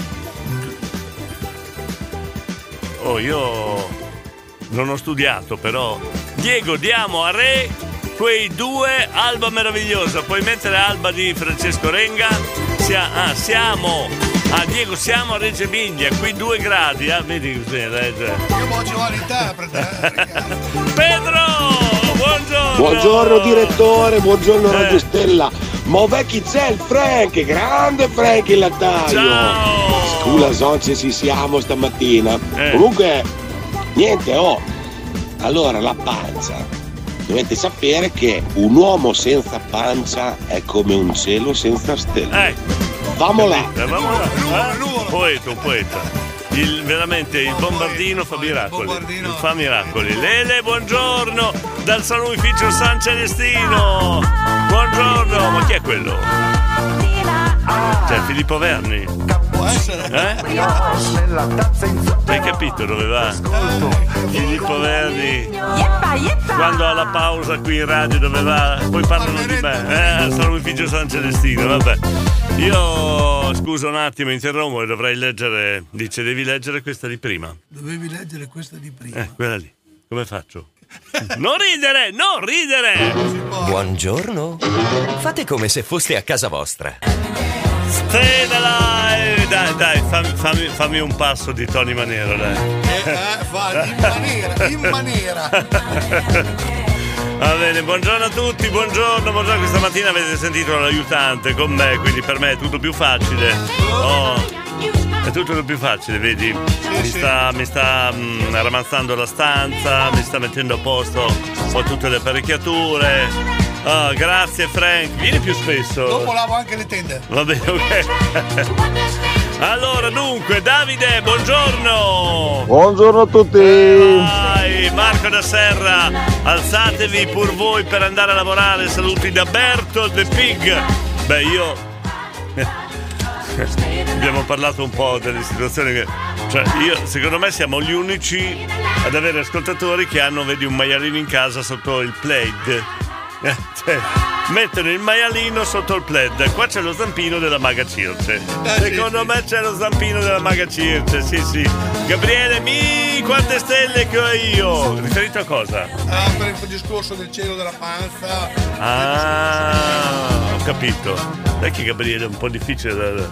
Io non ho studiato, però. Diego, diamo a Re quei 2 Alba meravigliosa. Puoi mettere Alba di Francesco Renga? Siamo. Diego, siamo a Reggio Emilia, qui 2 gradi, vedi così. Io voglio l'interprete, Pedro, buongiorno. Buongiorno direttore, buongiorno Radio Stella. Ma vecchi c'è il Frank, grande Frank il lattaio. Ciao. Scusa, so se ci siamo stamattina. Comunque, niente, allora la pancia. Dovete sapere che un uomo senza pancia è come un cielo senza stelle. Vamo là. Un poeta. Veramente il bombardino fa miracoli. Fa miracoli. Lele, buongiorno dal Salumificio San Celestino. Buongiorno, ma chi è quello? Cioè Filippo Verni. Può essere. Hai capito dove va? Filippo Verni. Quando ha la pausa qui in radio dove va? Poi parlano di me. Al Salumificio San Celestino, vabbè. Io scusa un attimo, interrompo e dovrei leggere. Dice devi leggere questa di prima. Dovevi leggere questa di prima. Quella lì. Come faccio? Non ridere, non ridere! Buongiorno. Fate come se foste a casa vostra. Stay alive! Dai, fammi un passo di Tony Manero, dai. In maniera. Va bene, buongiorno a tutti, buongiorno. Questa mattina avete sentito l'aiutante con me, quindi per me è tutto più facile. È tutto più facile, vedi? Mi sta ramazzando la stanza, mi sta mettendo a posto un po' tutte le apparecchiature. Grazie Frank, vieni più spesso. Dopo lavo anche le tende. Va bene, ok. Allora, dunque, Davide, buongiorno. Buongiorno a tutti. Vai, Marco da Serra, alzatevi pur voi per andare a lavorare. Saluti da Berto The Pig. Beh, io abbiamo parlato un po' delle situazioni che, cioè, secondo me siamo gli unici ad avere ascoltatori che hanno, vedi, un maialino in casa sotto il plaid. Cioè, mettono il maialino sotto il plaid. Qua c'è lo zampino della Maga Circe. Secondo me c'è lo zampino della Maga Circe. Sì. Gabriele, quante stelle che ho io. Riferito a cosa? Per il discorso del cielo della panza. Ho capito. Sai che Gabriele è un po' difficile da...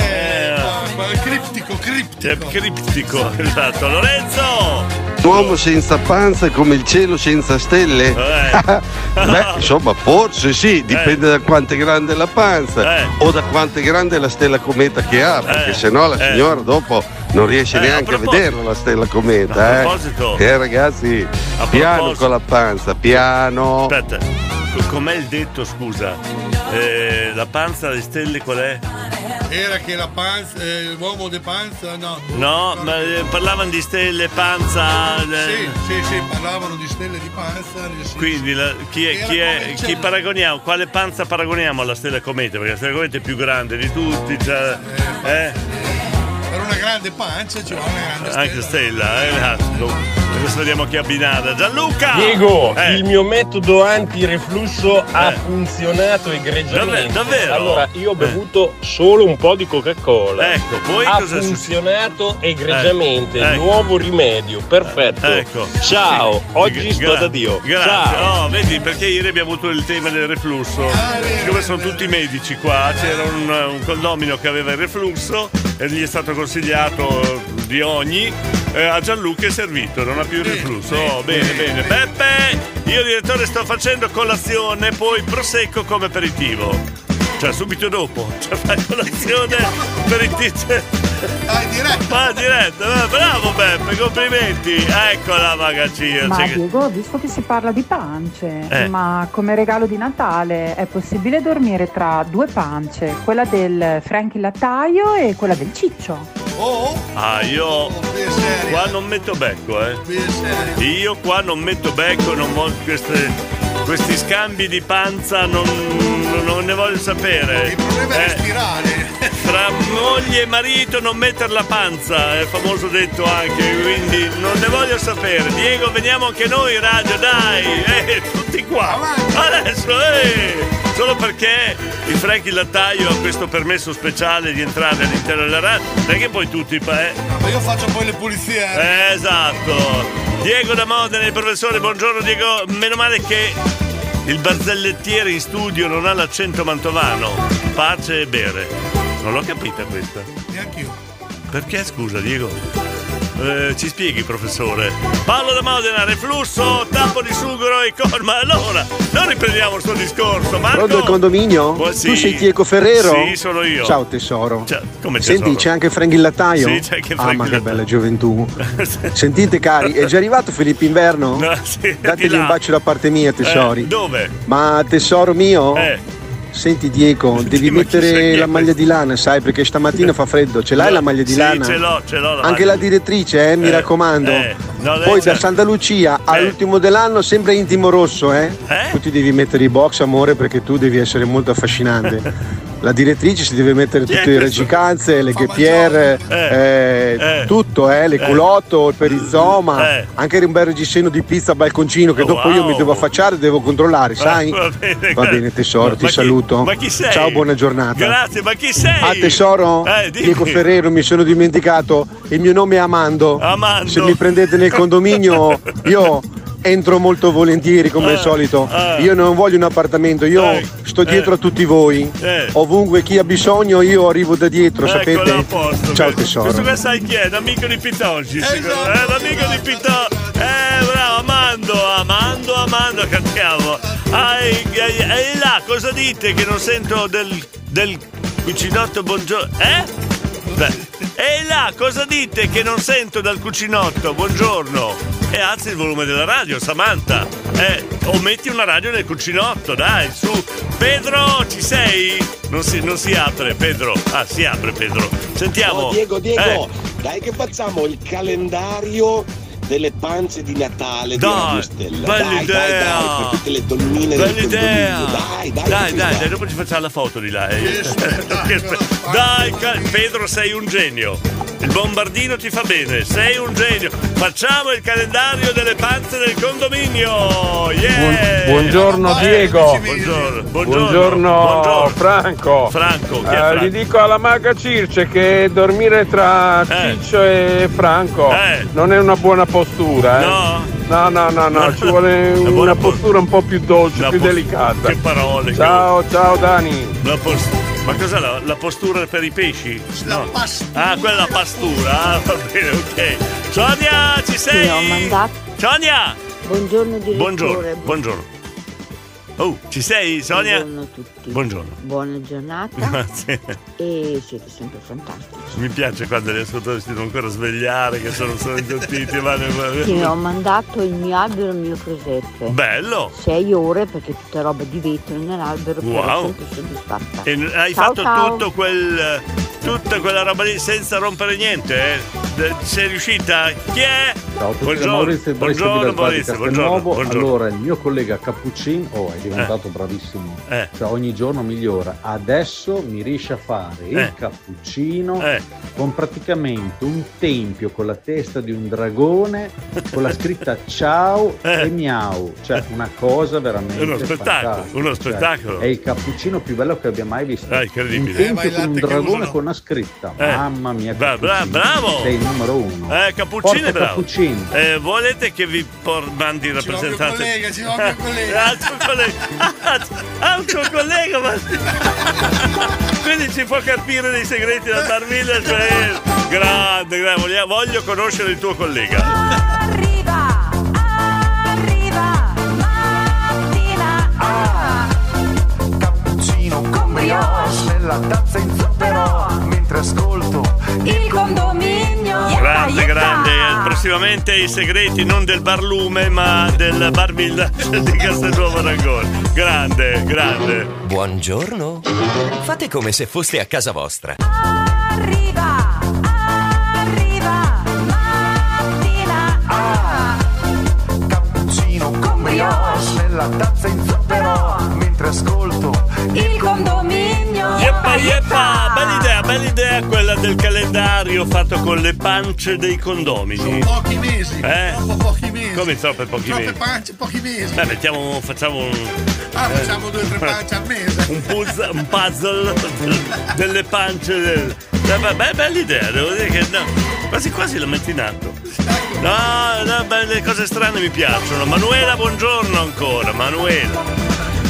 criptico, esatto. Lorenzo! L'uomo senza panza è come il cielo senza stelle? Beh, insomma, forse sì, dipende da quanto è grande la panza o da quanto è grande la stella cometa che ha, perché sennò la signora dopo non riesce neanche a vederla la stella cometa. A proposito, ragazzi, piano con la panza, piano. Aspetta, com'è il detto, scusa? La panza alle stelle qual è? Era che la panza, l'uomo di panza, no. No, ma parlavano di stelle, panza. Sì, parlavano di stelle di panza. Quindi chi paragoniamo? Quale panza paragoniamo alla stella cometa? Perché la stella cometa è più grande di tutti, cioè, Per una grande pancia ci vuole una grande stella. Anche stella, adesso vediamo chi abbinata. Gianluca! Diego, il mio metodo antireflusso ha funzionato egregiamente. Davvero? Allora, io ho bevuto solo un po' di Coca-Cola. Ecco, poi ha cosa funzionato egregiamente. Nuovo rimedio, perfetto. Ecco. Ciao, oggi sto da Dio. Grazie. Ciao. No, vedi, perché ieri abbiamo avuto il tema del reflusso. Siccome sono tutti medici qua, c'era un condomino che aveva il reflusso e gli è stato consigliato di ogni. A Gianluca è servito, non ha più il reflusso. Bene. Beppe, io direttore sto facendo colazione, poi prosecco come aperitivo. Cioè subito dopo, fai colazione, aperitivo. Diretta. Bravo Beppe, complimenti. Eccola Maga Circe. Ma Diego, visto che si parla di pance, ma come regalo di Natale è possibile dormire tra due pance, quella del Franky Lattaio e quella del Ciccio? Io qua non metto becco, Io qua non metto becco, non voglio questi scambi di panza, non ne voglio sapere. Il problema è respirare. Fra moglie e marito non metter la panza, è famoso detto anche, quindi non ne voglio sapere. Diego, veniamo anche noi in radio, dai, tutti qua. Adesso, solo perché il Franky Lattaio ha questo permesso speciale di entrare all'interno della radio, non è che poi tutti ma io faccio poi le pulizie. Esatto. Diego da Modena, il professore, buongiorno Diego, meno male che il barzellettiere in studio non ha l'accento mantovano. Pace e bere. Non l'ho capita questa. Neanch'io. Perché, scusa Diego? Ci spieghi, professore? Paolo da Modena, reflusso, tappo di sughero e colma. Allora, non riprendiamo il suo discorso. Marco? Pronto il condominio? Sì. Tu sei Diego Ferrero? Sì, sono io. Ciao tesoro. Come tesoro? Senti, c'è anche Franky il Lattaio? Sì, c'è anche Franky ma il che Lattaio. bella gioventù. Sentite cari, è già arrivato Filippo Inverno? No, sì, Dategli un bacio da parte mia, tesori. Dove? Ma tesoro mio? Senti Diego, devi mettere la maglia di lana, sai, perché stamattina fa freddo. Ce l'hai la maglia di lana? Ce l'ho la Anche maglia. la direttrice, mi raccomando. No, Poi da Santa Lucia all'ultimo dell'anno sempre intimo rosso, Tu ti devi mettere i box, amore, perché tu devi essere molto affascinante. La direttrice si deve mettere tutte le raggicanze, le ghepiere, tutto, le culotto, il perizoma, anche un bel reggiseno di pizza al balconcino che dopo io mi devo affacciare, devo controllare, sai? Va bene tesoro, ti saluto. Ma chi sei? Ciao, buona giornata. Grazie, ma chi sei? Ah tesoro? Diego Ferrero, mi sono dimenticato, il mio nome è Amando. Se mi prendete nel condominio io entro molto volentieri come al solito. Io non voglio un appartamento, io sto dietro a tutti voi. Ovunque chi ha bisogno io arrivo da dietro, sapete? Ciao tesoro. Questo che sai chi è? L'amico di Pitoggi. L'amico di Pitoggi. Bravo, Amando, cantiamo. E là, cosa dite che non sento del cucinotto buongiorno? E là, cosa dite che non sento dal cucinotto? Buongiorno. E alzi il volume della radio, Samantha. O metti una radio nel cucinotto, dai, su. Pedro, ci sei? Non si apre, Pedro. Ah, si apre, Pedro. Sentiamo. Oh, Diego, dai che facciamo il calendario delle pance di Natale di Radio Stella. Dai, per tutte le donnine del condominio. Dai, dopo ci facciamo la foto di là. Dai, Pedro, sei un genio. Il bombardino ti fa bene, sei un genio. Facciamo il calendario delle panze del condominio. Buongiorno Diego. Buongiorno Franco. Gli dico alla maga Circe che dormire tra Ciccio e Franco non è una buona postura. No, ci vuole una postura un po' più dolce, più delicata. Che parole. Ciao Dani. Ma cos'è la postura per i pesci? Ah, quella pastura. Va bene, ok. Sonia, ci sei? Sì, ho mandato. Sonia! Buongiorno direttore. Buongiorno. Oh, ci sei, Sonia? Buongiorno a tutti. Buongiorno. Buona giornata. Grazie. E siete sempre fantastici. Mi piace quando gli ascoltatori si devono ancora svegliare, che sono intontiti. Sì, ho mandato il mio albero e il mio presepe. Bello! 6 ore perché tutta roba di vetro nell'albero. Wow! Sempre soddisfatta. E hai fatto tutta quella roba lì senza rompere niente? Sei riuscita? Chi è? Ciao a tutti, Maurizio. Buongiorno. Allora, il mio collega Cappuccino è diventato bravissimo, cioè ogni giorno migliora. Adesso mi riesce a fare il cappuccino con praticamente un tempio con la testa di un dragone, con la scritta ciao e miau, cioè una cosa veramente fantastica. Uno spettacolo. Cioè, è il cappuccino più bello che abbia mai visto. Incredibile. Un tempio con un dragone con una scritta. Mamma mia, bravo! Sei il numero uno. Cappuccino è bravo. Cappuccino. Volete che vi mandi il rappresentante? Ci vuole un collega. Un suo collega, ma quindi ci può capire dei segreti da Bar Miller. Grande, voglio conoscere il tuo collega. Arriva mattina. Cappuccino con brioche nella tazza in zucchero mentre ascolto il condominio. Grande. Prossimamente i segreti non del barlume ma del Bar Village di Castelnuovo Rangone. Grande. Buongiorno. Fate come se foste a casa vostra. Arriva mattina. Cappuccino con brioche nella tazza in zucchero mentre ascolto il condominio. Yeppa, bella idea quella del calendario fatto con le pance dei condomini. Sono pochi mesi. Troppo pochi mesi. Come troppe pochi mesi? Troppe pance, pochi mesi. Facciamo un. Facciamo 2 o 3 pance al mese. Un puzzle delle pance. Bella idea, devo dire che quasi lo metti in atto. No, le cose strane mi piacciono. Manuela, buongiorno ancora. Manuela.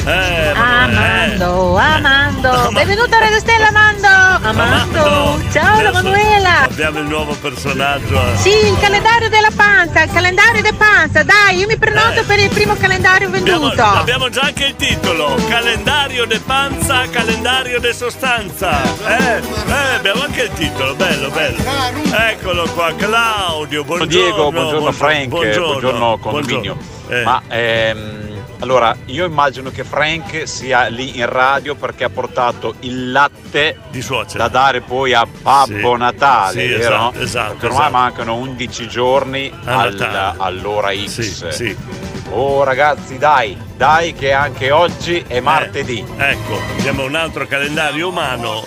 Amando. Benvenuto a Radio Stella, Amando. Ciao, la Manuela. Abbiamo il nuovo personaggio. Sì, il calendario della panza, il calendario de panza. Dai, io mi prenoto per il primo calendario venduto. Abbiamo già anche il titolo. Calendario de panza, calendario de sostanza. Abbiamo anche il titolo, bello. Eccolo qua, Claudio, buongiorno. Diego, buongiorno Frank, buongiorno condominio. Ma Allora, io immagino che Frank sia lì in radio perché ha portato il latte di suocera da dare poi a Babbo Natale, sì, vero? Esatto. Ormai mancano 11 giorni all'ora X. Sì. Oh ragazzi, dai che anche oggi è martedì. Ecco, abbiamo un altro calendario umano.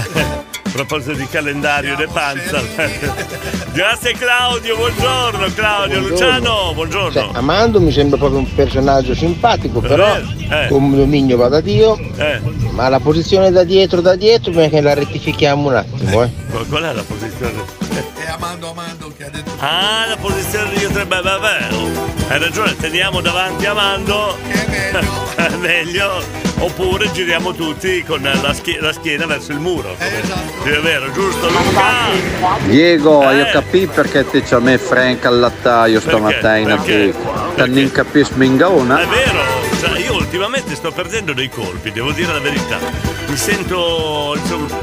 A proposito di calendario de panza. Grazie Claudio, buongiorno Claudio. Luciano, buongiorno. Cioè, Amando mi sembra proprio un personaggio simpatico, però condominio vada Dio, ma la posizione da dietro prima che la rettifichiamo un attimo. Qual è la posizione? È Amando che ha detto. Ah, la posizione di dietro, hai ragione, teniamo davanti Amando. Che è meglio. Oppure giriamo tutti con la schiena verso il muro. Esatto. Sì, è vero, giusto Luca? Diego, io capì perché ti c'ha me Frank al lattaio stamattina che non capisci mingaona. È vero, cioè, io ultimamente sto perdendo dei colpi, devo dire la verità. Mi sento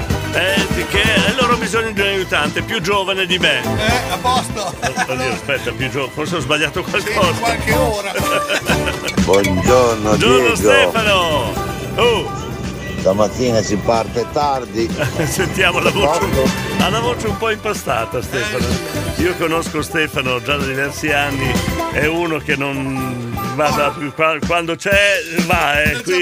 che loro hanno bisogno di un aiutante più giovane di me. A posto. Oddio, aspetta, più giovane, forse ho sbagliato qualcosa. Sì, qualche ora. Buongiorno Diego. Stefano. Stamattina si parte tardi. Sentiamo la voce. Ha la voce un po' impastata Stefano. Io conosco Stefano già da diversi anni, è uno che non va quando c'è va,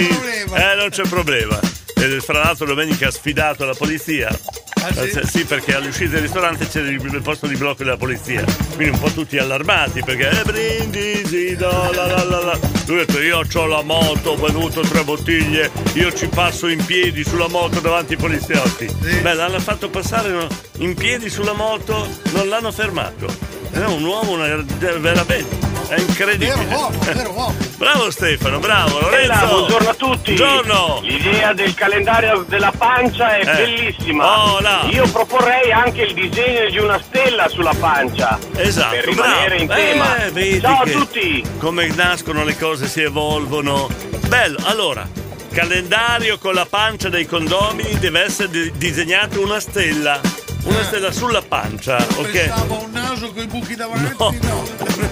non c'è problema. E fra l'altro domenica ha sfidato la polizia. Sì, perché all'uscita del ristorante c'era il posto di blocco della polizia, quindi un po' tutti allarmati perché brindisi lui ha detto io ho la moto, ho bevuto 3 bottiglie, io ci passo in piedi sulla moto davanti ai poliziotti. Beh, l'hanno fatto passare in piedi sulla moto, non l'hanno fermato. È un uomo veramente, è incredibile. Vero uomo. Bravo Stefano, bravo Lorenzo. Buongiorno a tutti. Buongiorno. L'idea del calendario della pancia è bellissima. Io proporrei anche il disegno di una stella sulla pancia. Esatto, per rimanere in tema. Ciao a tutti. Come nascono le cose, si evolvono. Bello, allora, calendario con la pancia dei condomini, deve essere disegnato una stella. Una stella sulla pancia, ok? Pensavo un naso con i buchi davanti, no.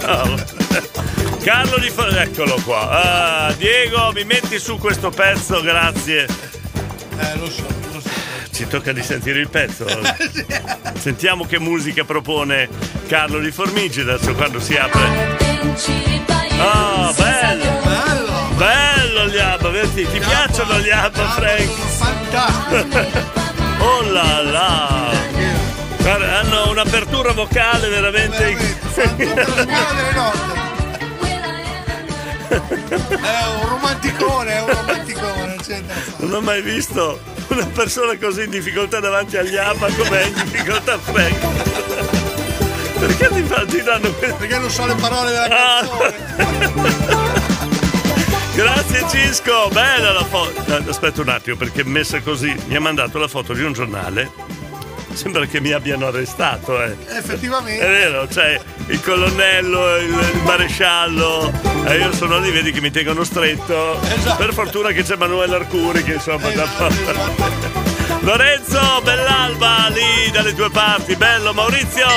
Carlo di eccolo qua. Diego, mi metti su questo pezzo, grazie. Lo so. Ci tocca di sentire il pezzo. Sentiamo che musica propone Carlo di Formigi adesso quando si apre. Bello gli ABBA, ti piacciono gli ABBA, Frank? Fantastico. Oh là là! Hanno un'apertura vocale veramente. È un romanticone. Non ho mai visto una persona così in difficoltà davanti agli ABBA come è in difficoltà Frank. Perché ti danno questo? Perché non so le parole della canzone. Grazie Cisco, bella la foto. Aspetta un attimo perché messa così mi ha mandato la foto di un giornale. Sembra che mi abbiano arrestato. Effettivamente. È vero, cioè il colonnello, il maresciallo, io sono lì, vedi che mi tengono stretto. Esatto. Per fortuna che c'è Manuel Arcuri che insomma esatto. Lorenzo, bell'alba lì dalle tue parti, bello Maurizio.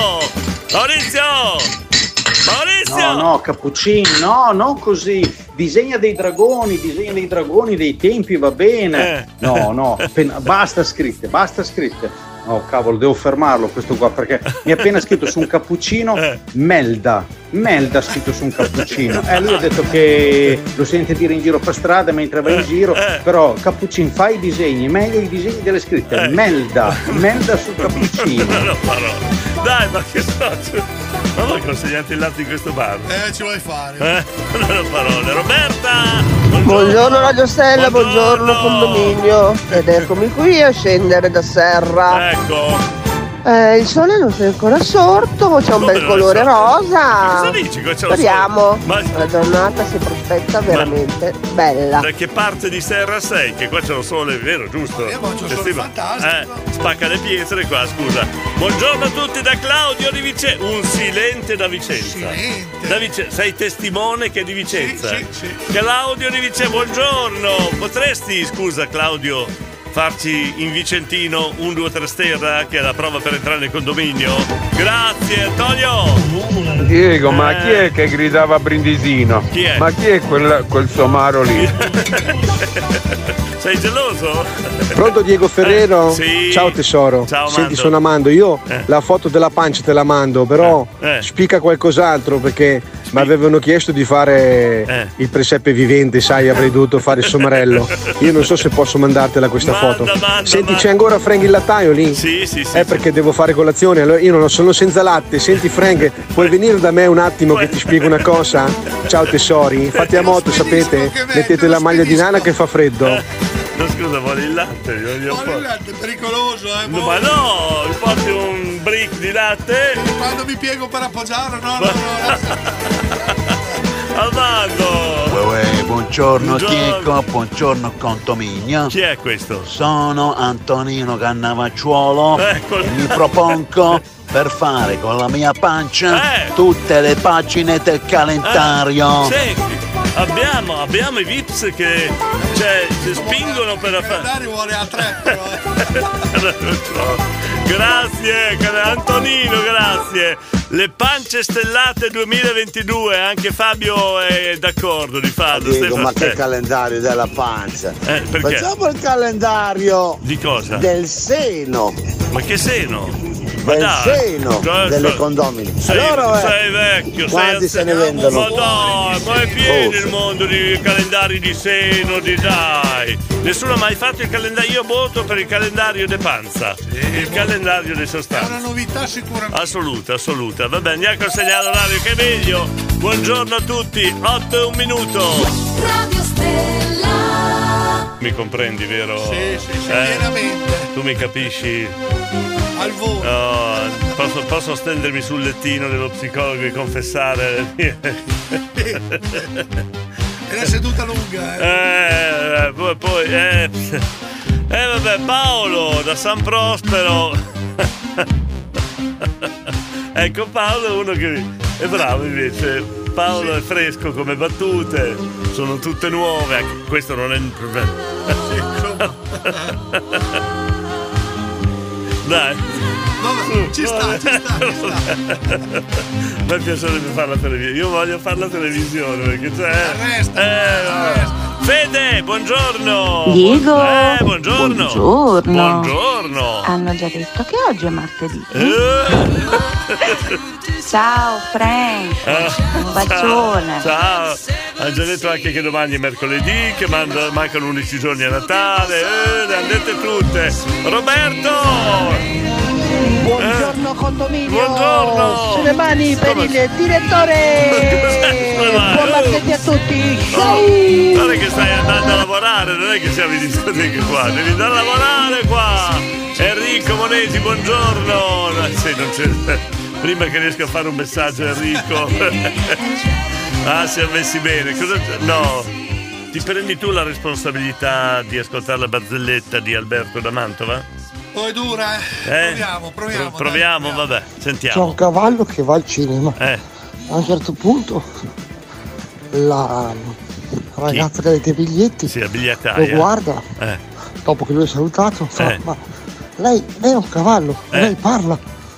No, Cappuccini, no, non così. Disegna dei dragoni dei tempi, va bene. No, basta scritte. Oh cavolo, devo fermarlo questo qua perché mi ha appena scritto su un cappuccino Melda scritto su un cappuccino. Lui ha detto che lo sente dire in giro per strada mentre va in giro, però cappuccino, fai i disegni, meglio i disegni delle scritte. Melda sul cappuccino. Non lo farò. Dai, ma che so. Ma voi consegnate il latte in questo bar? Ce lo vuoi fare? Non lo farò. Roberta! Buongiorno Radio Stella, buongiorno condominio. Ed eccomi qui a scendere da serra. Ecco. Il sole non si è ancora sorto, c'è un bel colore rosa. Cosa dici? Speriamo. La giornata si prospetta veramente bella. Da che parte di serra sei? Che qua c'è lo sole, vero, giusto? C'è sole fantastico. Spacca le pietre qua, scusa. Buongiorno a tutti da Claudio di Vicenza. Un silente da Vicenza. Sei testimone che è di Vicenza. Sì. Claudio di Vicenza, buongiorno. Potresti, scusa Claudio, farci in Vicentino un 2-3 stella, che è la prova per entrare nel condominio. Grazie Antonio. Diego, ma chi è che gridava Brindisino? Chi è? Ma chi è quel somaro lì? Sei geloso? Pronto Diego Ferrero? Sì. Ciao tesoro. Ciao, Senti, Mando. sono Amando. Io la foto della pancia te la mando, però spica qualcos'altro, perché mi avevano chiesto di fare il presepe vivente, sai, avrei dovuto fare il somarello. Io non so se posso mandartela questa foto. Senti, c'è ancora Frank il lattaio lì? Sì. Perché devo fare colazione, allora io non sono senza latte. Senti Frank, puoi venire da me un attimo che ti spiego una cosa? Ciao tesori, fate a moto, sapete? Mettete la maglia di nana che fa freddo. No, scusa, vuole il latte? Vuole il latte, è pericoloso, No, ma no, mi porti un brick di latte? Quando mi piego per appoggiare, no. Armando! Buongiorno Chicco, buongiorno condominio. Chi è questo? Sono Antonino Cannavacciuolo e Eccolo. mi propongo per fare con la mia pancia tutte le pagine del calendario. Senti, abbiamo i Vips che si spingono per la fare. Vuole a 3 però. Grazie Antonino, grazie. Le pance stellate 2022, anche Fabio è d'accordo di farlo. Diego, ma che calendario della pancia? Perché? Facciamo il calendario di cosa? Del seno. Ma che seno? Del seno delle condomini. Sei vecchio, quanti se ne vendono? Ma dai, ma è pieno il mondo di calendari di seno, dai. Nessuno ha mai fatto il calendario. Io voto per il calendario de panza. Il calendario di sostanza. È una novità sicuramente. Assoluta. Vabbè, andiamo a consegnare l'orario che è meglio. Buongiorno a tutti, 8:01. Radio Stella. Mi comprendi, vero? Sì, pienamente. Tu mi capisci? Al volo. Posso stendermi sul lettino dello psicologo e confessare? È una seduta lunga, vabbè, Paolo da San Prospero. Ecco, Paolo è uno che è bravo invece. Paolo è fresco come battute, sono tutte nuove. Questo non è un problema. Dai. Vabbè, ci sta. A me piacerebbe fare la televisione. Io voglio fare la televisione perché Arresta. Fede, buongiorno. Diego. Buongiorno. Hanno già detto che oggi è martedì. Ciao Frank. Un bacione. Ciao. Ha già detto anche che domani è mercoledì, che mancano 11 giorni a Natale. Le hanno dette tutte. Roberto. Buongiorno condominio. Buongiorno. Sulle mani per il direttore. Buon martedì a tutti. Guarda che stai andando a lavorare, non è che siamo in discoteca qua, devi andare a lavorare qua. Enrico Monesi, buongiorno. Sì, non c'è. Prima che riesca a fare un messaggio Enrico. Siamo messi bene. No. Ti prendi tu la responsabilità di ascoltare la barzelletta di Alberto da Mantova? Poi dura, Proviamo. Proviamo, vabbè, sentiamo. C'è un cavallo che va al cinema. A un certo punto la ragazza che vende i biglietti la bigliettaia lo guarda, dopo che lui è salutato, fa, ma lei è un cavallo, lei parla.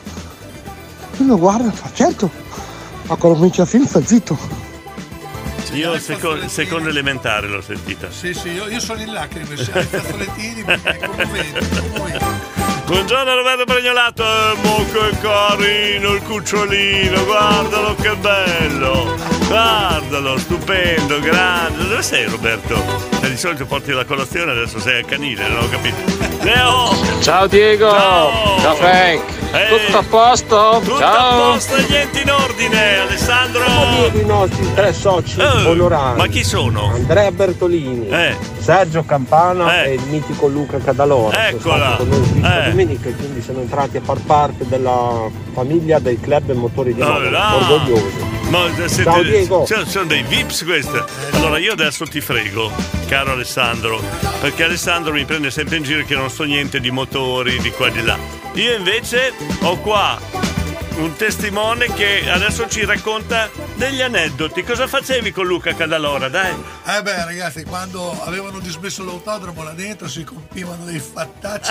Lui lo guarda e fa, certo, ma quando comincia il film sta zitto. Io secondo elementare l'ho sentita. Sì, io sono in lacrime, sai, i fazzolettini, perché come vedi. Buongiorno Roberto Pregnolato, che carino il cucciolino, guardalo che bello, guardalo, stupendo, grande. Dove sei Roberto? Di solito porti la colazione, adesso sei al canile, non ho capito. Leo! Ciao Diego! Ciao Frank! Tutto a posto? Tutto a posto, niente in ordine, Alessandro! I nostri 3 soci onorari. Ma chi sono? Andrea Bertolini, Sergio Campana e il mitico Luca Cadalora. Eccola! Domenica, e quindi sono entrati a far parte della famiglia del club motori di Modena. Orgoglioso. Ciao Diego! Sono dei Vips questi. Allora io adesso ti frego, caro Alessandro, perché Alessandro mi prende sempre in giro che non so niente di motori, di qua e di là. Io invece ho qua un testimone che adesso ci racconta degli aneddoti. Cosa facevi con Luca Cadalora, dai? Ragazzi, quando avevano dismesso l'autodromo là dentro si compivano dei fattacci.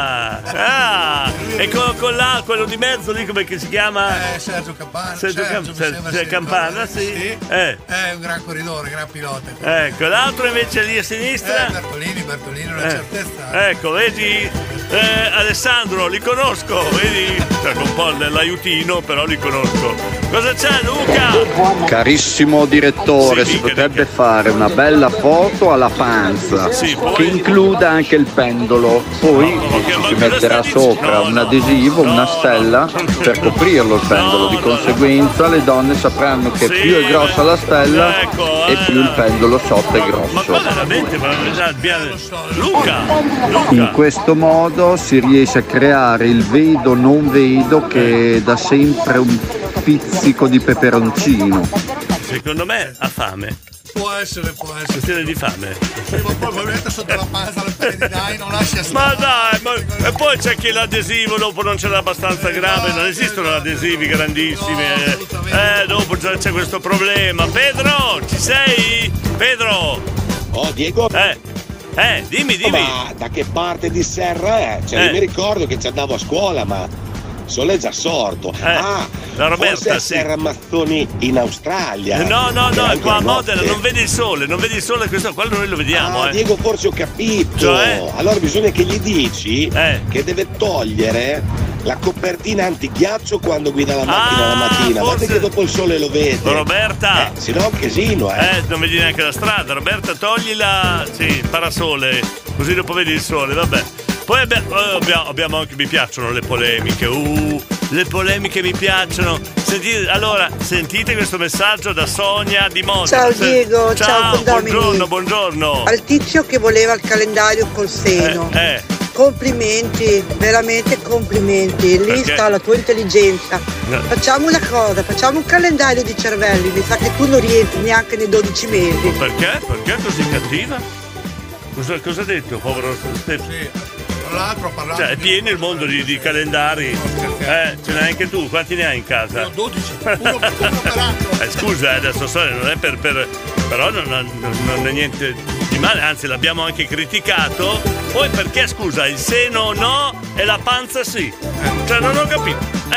E con quello di mezzo lì, come che si chiama? Sergio Campana. Sergio Campana, sì. È un gran corridore, gran pilota. Ecco, l'altro invece lì a sinistra. Bertolini, una certezza. Ecco, vedi? Alessandro, li conosco, vedi? Cioè, un po' l'aiutino, però li conosco. Cosa c'è, Luca? Carissimo direttore, si potrebbe fare una bella foto alla panza che includa anche il pendolo, poi si metterà sopra un adesivo, una stella per coprirlo il pendolo, di conseguenza le donne sapranno che più è grossa la stella e più il pendolo sotto è grosso. Luca! In questo modo si riesce a creare il vedo non vedo che dà sempre un pizzico di peperoncino. Secondo me ha fame. Può essere. Questione di fame. Probabilmente sotto la panza le pelle di dai non lascia stare. Ma dai, e poi c'è chi l'adesivo dopo non ce l'ha abbastanza grave, non esistono adesivi grandissimi. Dopo c'è questo problema. Pedro, ci sei? Pedro! Oh, Diego? Dimmi. Ma da che parte di Serra è? Io mi ricordo che ci andavo a scuola, ma Sole è già sorto. La Roberta, forse Serra Mazzoni in Australia. No, qua a Modena non vedi il sole, questo quello noi lo vediamo. Diego, forse ho capito. Cioè? Allora bisogna che gli dici che deve togliere la copertina antighiaccio quando guida la macchina la mattina, forse... perché dopo il sole lo vede. Roberta, se no è un casino, non vedi neanche la strada. Roberta, togli il parasole, così dopo vedi il sole, vabbè. Poi abbiamo anche, mi piacciono le polemiche. Le polemiche mi piacciono. Sentite questo messaggio da Sonia di Modena. Ciao Diego, ciao buongiorno. Al tizio che voleva il calendario col seno. Complimenti, veramente complimenti. Lì Perché? sta la tua intelligenza. Facciamo una cosa, facciamo un calendario di cervelli. Mi sa che tu non rientri neanche nei 12 mesi. Perché? Perché così cattiva? Cosa ha detto, povero Stefano? L'altro ha parlato. È pieno il mondo di calendari. Ce n'hai anche tu, quanti ne hai in casa? 12, uno per anno. Scusa, adesso non è per però non è niente di male, anzi l'abbiamo anche criticato. Poi perché, scusa, il seno no e la panza sì? Cioè non ho capito.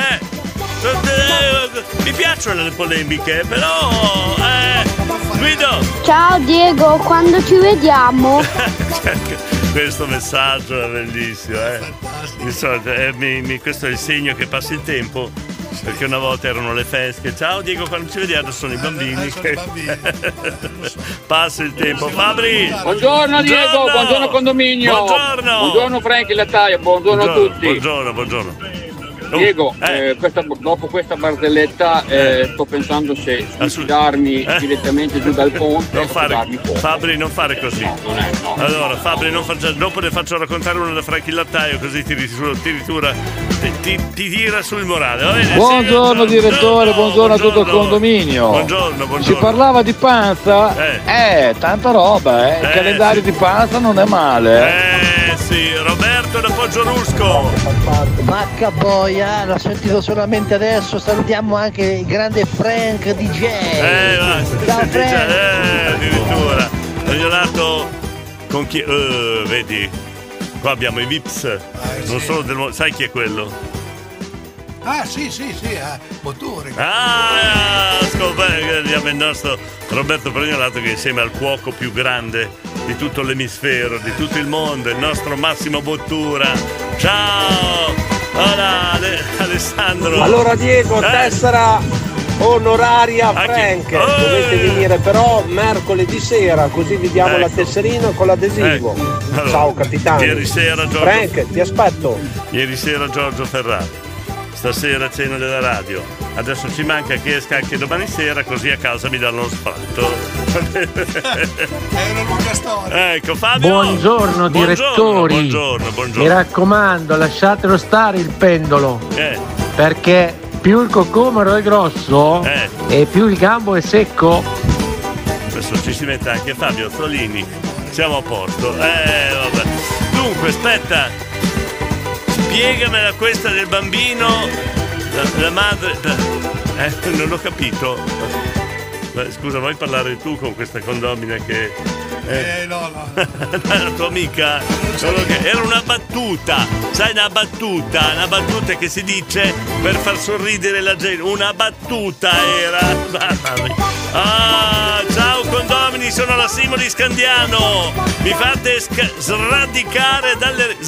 Mi piacciono le polemiche, però Guido! Ciao Diego, quando ci vediamo? Questo messaggio è bellissimo, questo è il segno che passa il tempo, perché una volta erano le feste. Ciao Diego, quando ci vediamo sono i bambini. Passa il tempo. Fabri! Buongiorno Diego, buongiorno condominio. Buongiorno Frank il lattaio, buongiorno a tutti. Buongiorno. Diego, dopo questa barzelletta sto pensando se suicidarmi direttamente giù dal ponte o darmi fuoco. Fabri, non fare così. No. Allora, Fabri, dopo ne faccio raccontare una da Frank il lattaio, così ti tira sul morale. Va bene? Buongiorno direttore, buongiorno a tutto il condominio. Buongiorno. Si parlava di panza? Tanta roba, il calendario di panza non è male. Sì, Roberto da Poggiolusco. Vacca boia, l'ho sentito solamente adesso. Salutiamo anche il grande Frank DJ. Ciao Frank. Addirittura. Segnalato con chi? Vedi, qua abbiamo i Vips. Non solo sai chi è quello? Sì, Motore. Abbiamo il nostro Roberto Pregnolato, che insieme al cuoco più grande di tutto l'emisfero, di tutto il mondo, il nostro Massimo Bottura. Ciao! Hola, Alessandro. Allora Diego, tessera onoraria Frank, dovete venire però mercoledì sera, così vi diamo la tesserina con l'adesivo. Allora, ciao capitano. Ieri sera Frank, ti aspetto. Ieri sera Giorgio Ferrari. Stasera cena della radio. Adesso ci manca che esca anche domani sera, così a casa mi danno lo sfratto. È una lunga storia. Ecco, Fabio. Buongiorno direttori. Buongiorno. Mi raccomando, lasciatelo stare il pendolo. Perché più il cocomero è grosso e più il gambo è secco. Adesso ci si mette anche Fabio Zolini. Siamo a posto. Vabbè. Dunque, aspetta. Spiegamela questa del bambino, la madre. Non ho capito. Beh, scusa, vuoi parlare tu con questa condomina che... no. La tua amica? Solo che era una battuta, sai, una battuta che si dice per far sorridere la gente. Una battuta era. Ciao condomini, sono la Simo di Scandiano. Mi fate sradicare dalle.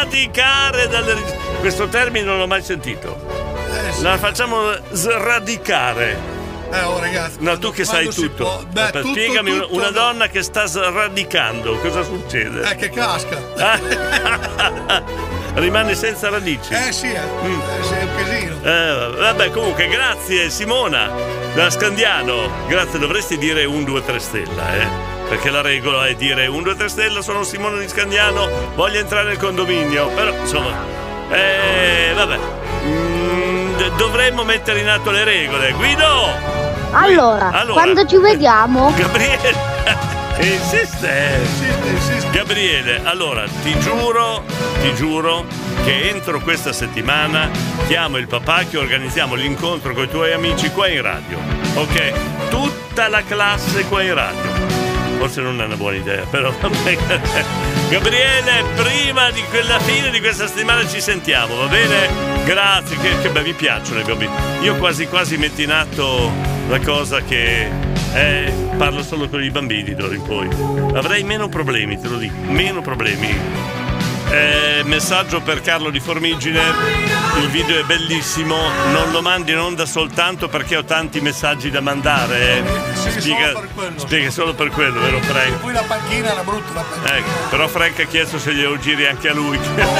Questo termine non l'ho mai sentito. La facciamo sradicare. Ragazzi, no, tu che sai tutto. Spiegami una donna che sta sradicando, cosa succede? Che casca. Rimane senza radici. Sì, è un casino. Vabbè, comunque, grazie Simona da Scandiano. Grazie, dovresti dire 1, 2, 3 stella, perché la regola è dire 1, 2, 3 stella, sono Simona di Scandiano, voglio entrare nel condominio. Però, insomma, vabbè. Dovremmo mettere in atto le regole. Guido! Allora, quando ci vediamo? Gabriele! Insiste! Gabriele, allora ti giuro che entro questa settimana chiamo il papà che organizziamo l'incontro con i tuoi amici qua in radio. Ok? Tutta la classe qua in radio. Forse non è una buona idea, però vabbè. Gabriele, prima di quella fine di questa settimana ci sentiamo, va bene? Grazie, che beh, mi piacciono i bambini. Io quasi metto in atto la cosa che parlo solo con i bambini d'ora in poi. Avrei meno problemi, te lo dico, meno problemi. Messaggio per Carlo di Formigine, il video è bellissimo, non lo mandi in onda soltanto perché ho tanti messaggi da mandare. Spiega solo per quello, vero Frank? E poi la panchina era brutta, la panchina. Però Frank ha chiesto se glielo giri anche a lui.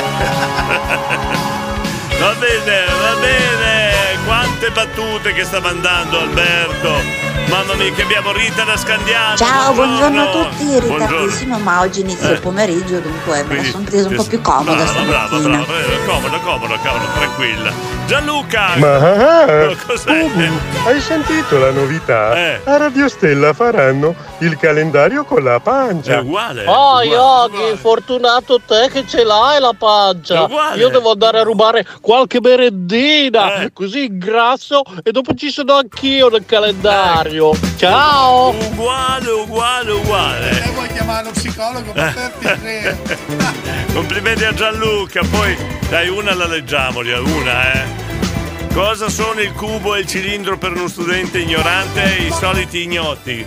Va bene, quante battute che sta mandando Alberto. Mamma mia, che abbiamo Rita da Scandiano. Ciao, buongiorno a tutti, ritardissimo, ma oggi inizio il pomeriggio, dunque me la sono presa un po' più comoda stamattina. Comoda, tranquilla. Gianluca! Cos'è? Hai sentito la novità? A Radio Stella faranno il calendario con la pancia. È uguale. Yogi, fortunato te che ce l'hai la pancia. Io devo andare a rubare qualche merendina, così grasso, e dopo ci sono anch'io nel calendario. Ciao! Uguale. E vuoi chiamare lo psicologo per farti Complimenti a Gianluca, poi dai, una la leggiamoli, Cosa sono il cubo e il cilindro per uno studente ignorante? I soliti ignoti.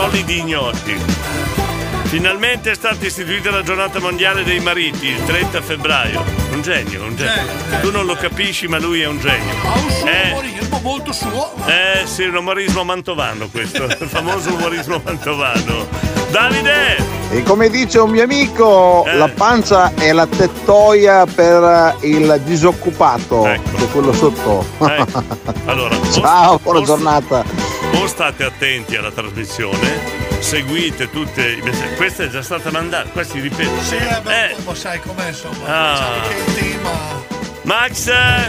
Finalmente è stata istituita la giornata mondiale dei mariti, il 30 febbraio. Un genio. Tu non lo capisci, ma lui è un genio. Ha un suo umorismo molto suo. Sì, un umorismo mantovano questo, il famoso umorismo mantovano. Davide! E come dice un mio amico, la pancia è la tettoia per il disoccupato, che è quello sotto. Allora, ciao, buona giornata. O state attenti alla trasmissione, seguite tutte. Questa è già stata mandata, qua si ripete. Sì, ma sai com'è, insomma. Che il tema. Max!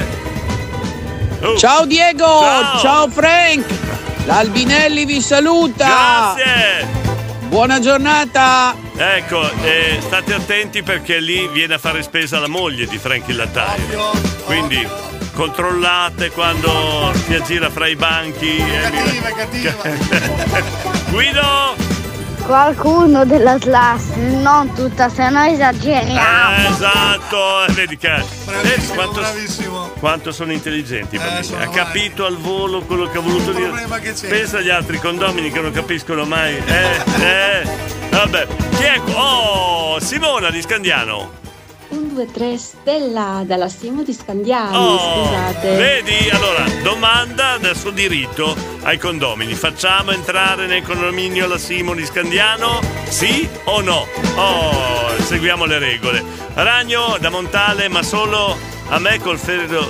Ciao Diego! Ciao Frank! L'Albinelli vi saluta! Grazie! Buona giornata! Ecco, state attenti perché lì viene a fare spesa la moglie di Frank il lattaio. Quindi controllate quando si aggira fra i banchi. Cattiva. Guido! Qualcuno della classe, non tutta, se no esageriamo. Esatto, vedi che bravissimo. Quanto sono intelligenti i bambini. Ha capito al volo quello che ha voluto dire. Pensa agli altri condomini che non capiscono mai. Vabbè. Chi è? Simona di Scandiano. 1, 2, 3 Stella dalla Simo di Scandiano, scusate. Vedi? Allora, domanda adesso di rito ai condomini. Facciamo entrare nel condominio la Simo di Scandiano? Sì o no? Seguiamo le regole. Ragno da Montale, ma solo a me col ferro.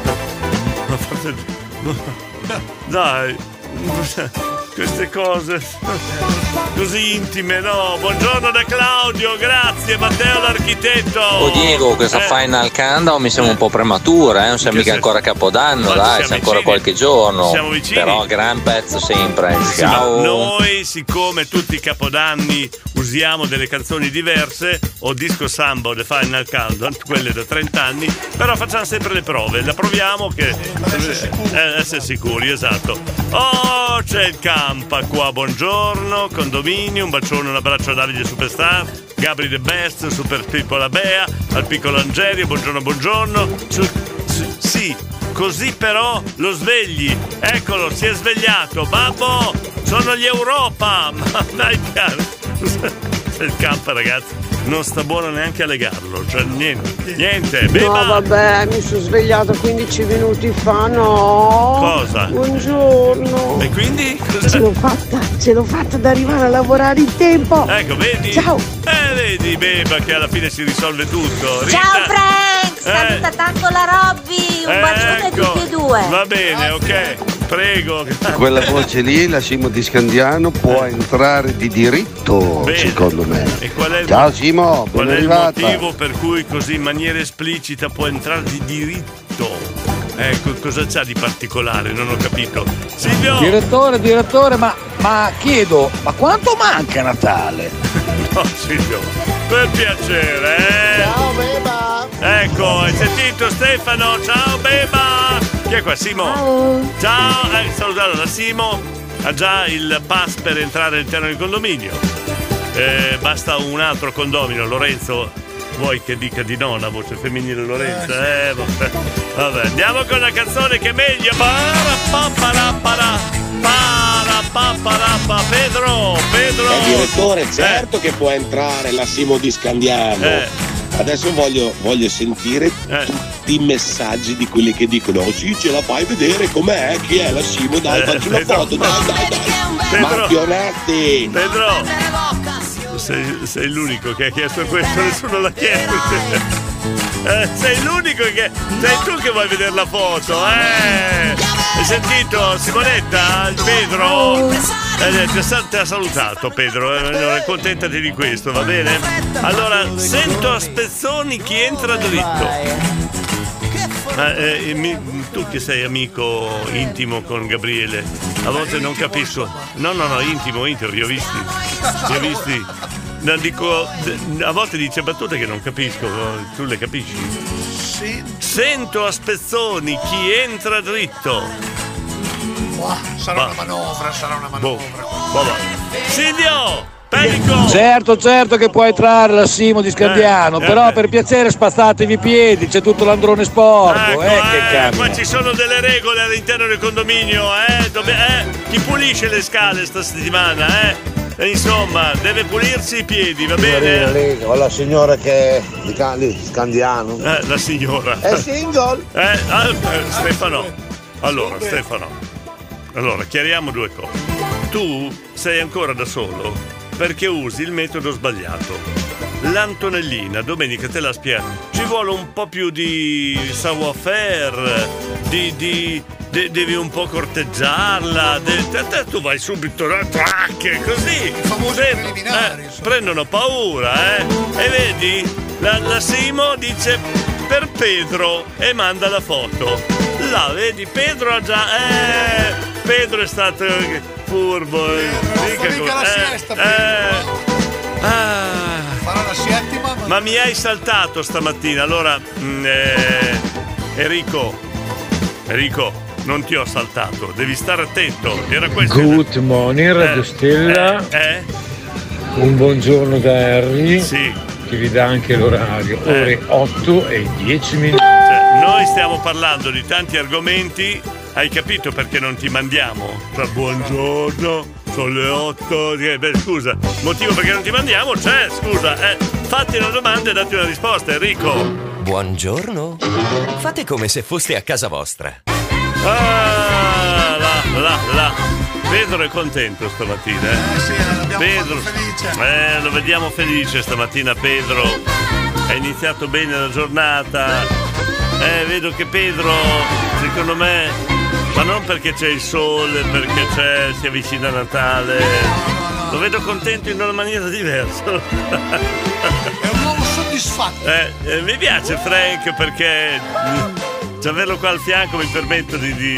Dai. Queste cose così intime, no? Buongiorno da Claudio, grazie Matteo l'architetto. Diego, questa Final Countdown mi sembra un po' prematura, non siamo mica ancora Capodanno, dai, c'è ancora qualche giorno. Siamo vicini. Però gran pezzo sempre. Ciao. Noi, siccome tutti i capodanni usiamo delle canzoni diverse, o disco samba o The Final Countdown, quelle da 30 anni, però facciamo sempre le prove, la proviamo che essere sicuri, esatto. C'è il cane. Campa qua, buongiorno, condominio, un bacione, un abbraccio a Davide Superstar, Gabri The Best, Super Pippo la Bea, al piccolo Angerio, buongiorno. Sì, così però lo svegli, eccolo, si è svegliato, babbo, sono gli Europa, ma dai piano. Il Campa, ragazzi, non sta buono neanche a legarlo, cioè niente. No, vabbè, mi sono svegliato 15 minuti fa, no. Cosa? Buongiorno. E quindi? Ce l'ho fatta ad arrivare a lavorare in tempo. Ecco, vedi? Ciao. Vedi, Beba, che alla fine si risolve tutto. Rita. Ciao Frank, saluta tanto la Robby, un bacione a tutti e due. Va bene, ok. Prego. Quella voce lì, la Simo di Scandiano, può entrare di diritto, secondo me. E qual è Ciao Simo, qual ben è il arrivata. motivo per cui così in maniera esplicita può entrare di diritto? Ecco, cosa c'ha di particolare? Non ho capito. Silvio! Direttore, ma chiedo, ma quanto manca Natale? No, Silvio, per piacere, Ciao Beba! Ecco, hai sentito Stefano? Ciao Beba! Chi è qua? Simo? Ciao! Salutare la Simo. Ha già il pass per entrare all'interno del condominio. Basta un altro condomino, Lorenzo. Vuoi che dica di no la voce femminile Lorenzo? Vabbè, andiamo con la canzone che è meglio. Pedro! Direttore, certo che può entrare la Simo di Scandiano. Adesso voglio sentire tutti i messaggi di quelli che dicono: oh sì, ce la fai vedere com'è? Chi è la Simo? Dai, faccio una foto, dai. Marchionati! Pedro! Sei l'unico che ha chiesto questo, nessuno l'ha chiesto. Sei l'unico che. Sei tu che vuoi vedere la foto, Hai sentito Simonetta? Pedro? Ti ha salutato Pedro, contentati di questo, va bene? Allora, sento a spezzoni chi entra dritto. Tu che sei amico intimo con Gabriele, a volte non capisco. No, intimo, li ho visti. No, dico, a volte dice battute che non capisco, tu le capisci? Sì. Sento a spezzoni chi entra dritto. Sarà una manovra. Silvio! Panico! Certo che può entrare la Simo di Scandiano, però per piacere spazzatevi i piedi, c'è tutto l'androne sporco, che cambia. Qua ci sono delle regole all'interno del condominio, chi pulisce le scale sta settimana, insomma, deve pulirsi i piedi, va bene? Ho la signora che è di Scandiano. La signora. È single? Stefano. Allora, chiariamo due cose. Tu sei ancora da solo perché usi il metodo sbagliato. L'Antonellina, domenica te la spiego. Ci vuole un po' più di savoir-faire, devi un po' corteggiarla. Tu vai subito da tracche, così. Prendono paura, E vedi? La Simo dice per Pedro e manda la foto. Là, vedi, Pedro ha già. Pedro è stato furbo. Mica la siesta, farà la settima. Ma mi hai saltato stamattina, allora Enrico, non ti ho saltato, devi stare attento. Era questo. Good morning, Radio Stella. Un buongiorno da Harry. Sì. Che vi dà anche l'orario, ore 8 e 10 minuti. Noi stiamo parlando di tanti argomenti, hai capito perché non ti mandiamo? Cioè, buongiorno, sono le 8. Scusa, motivo perché non ti mandiamo c'è, scusa. Fatti una domanda e datti una risposta, Enrico. Buongiorno. Fate come se foste a casa vostra. Pedro è contento stamattina, Sì, l'abbiamo fatto felice. Lo vediamo felice stamattina, Pedro. Ha iniziato bene la giornata. Vedo che Pedro, secondo me, ma non perché c'è il sole, perché si avvicina Natale. Lo vedo contento in una maniera diversa. È un uomo soddisfatto. Mi piace Frank perché averlo qua al fianco mi permette di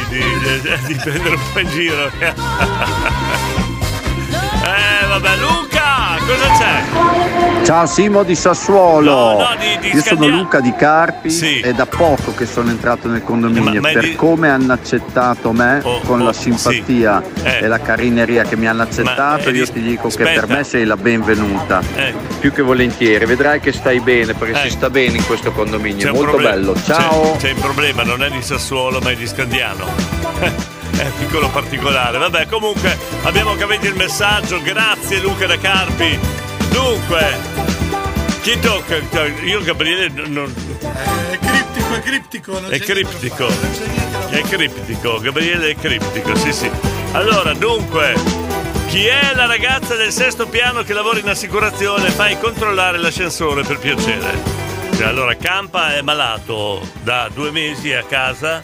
prendere un po' in giro. Vabbè, Luca, cosa c'è? Ciao Simo di Sassuolo. No, io sono Luca di Carpi, è da poco che sono entrato nel condominio. Per come hanno accettato me, con la simpatia e la carineria che mi hanno accettato, io ti dico che per me sei la benvenuta. Più che volentieri, vedrai che stai bene, perché si sta bene in questo condominio, è molto bello. Ciao. C'è un problema, non è di Sassuolo ma è di Scandiano. È piccolo particolare. Vabbè, comunque abbiamo capito il messaggio. Grazie Luca da Carpi. Dunque, chi tocca? Io Gabriele non... È criptico. È criptico. Gabriele è criptico, sì. Allora, dunque, chi è la ragazza del sesto piano che lavora in assicurazione? Fai controllare l'ascensore per piacere. Allora, Campa è malato da 2 mesi a casa.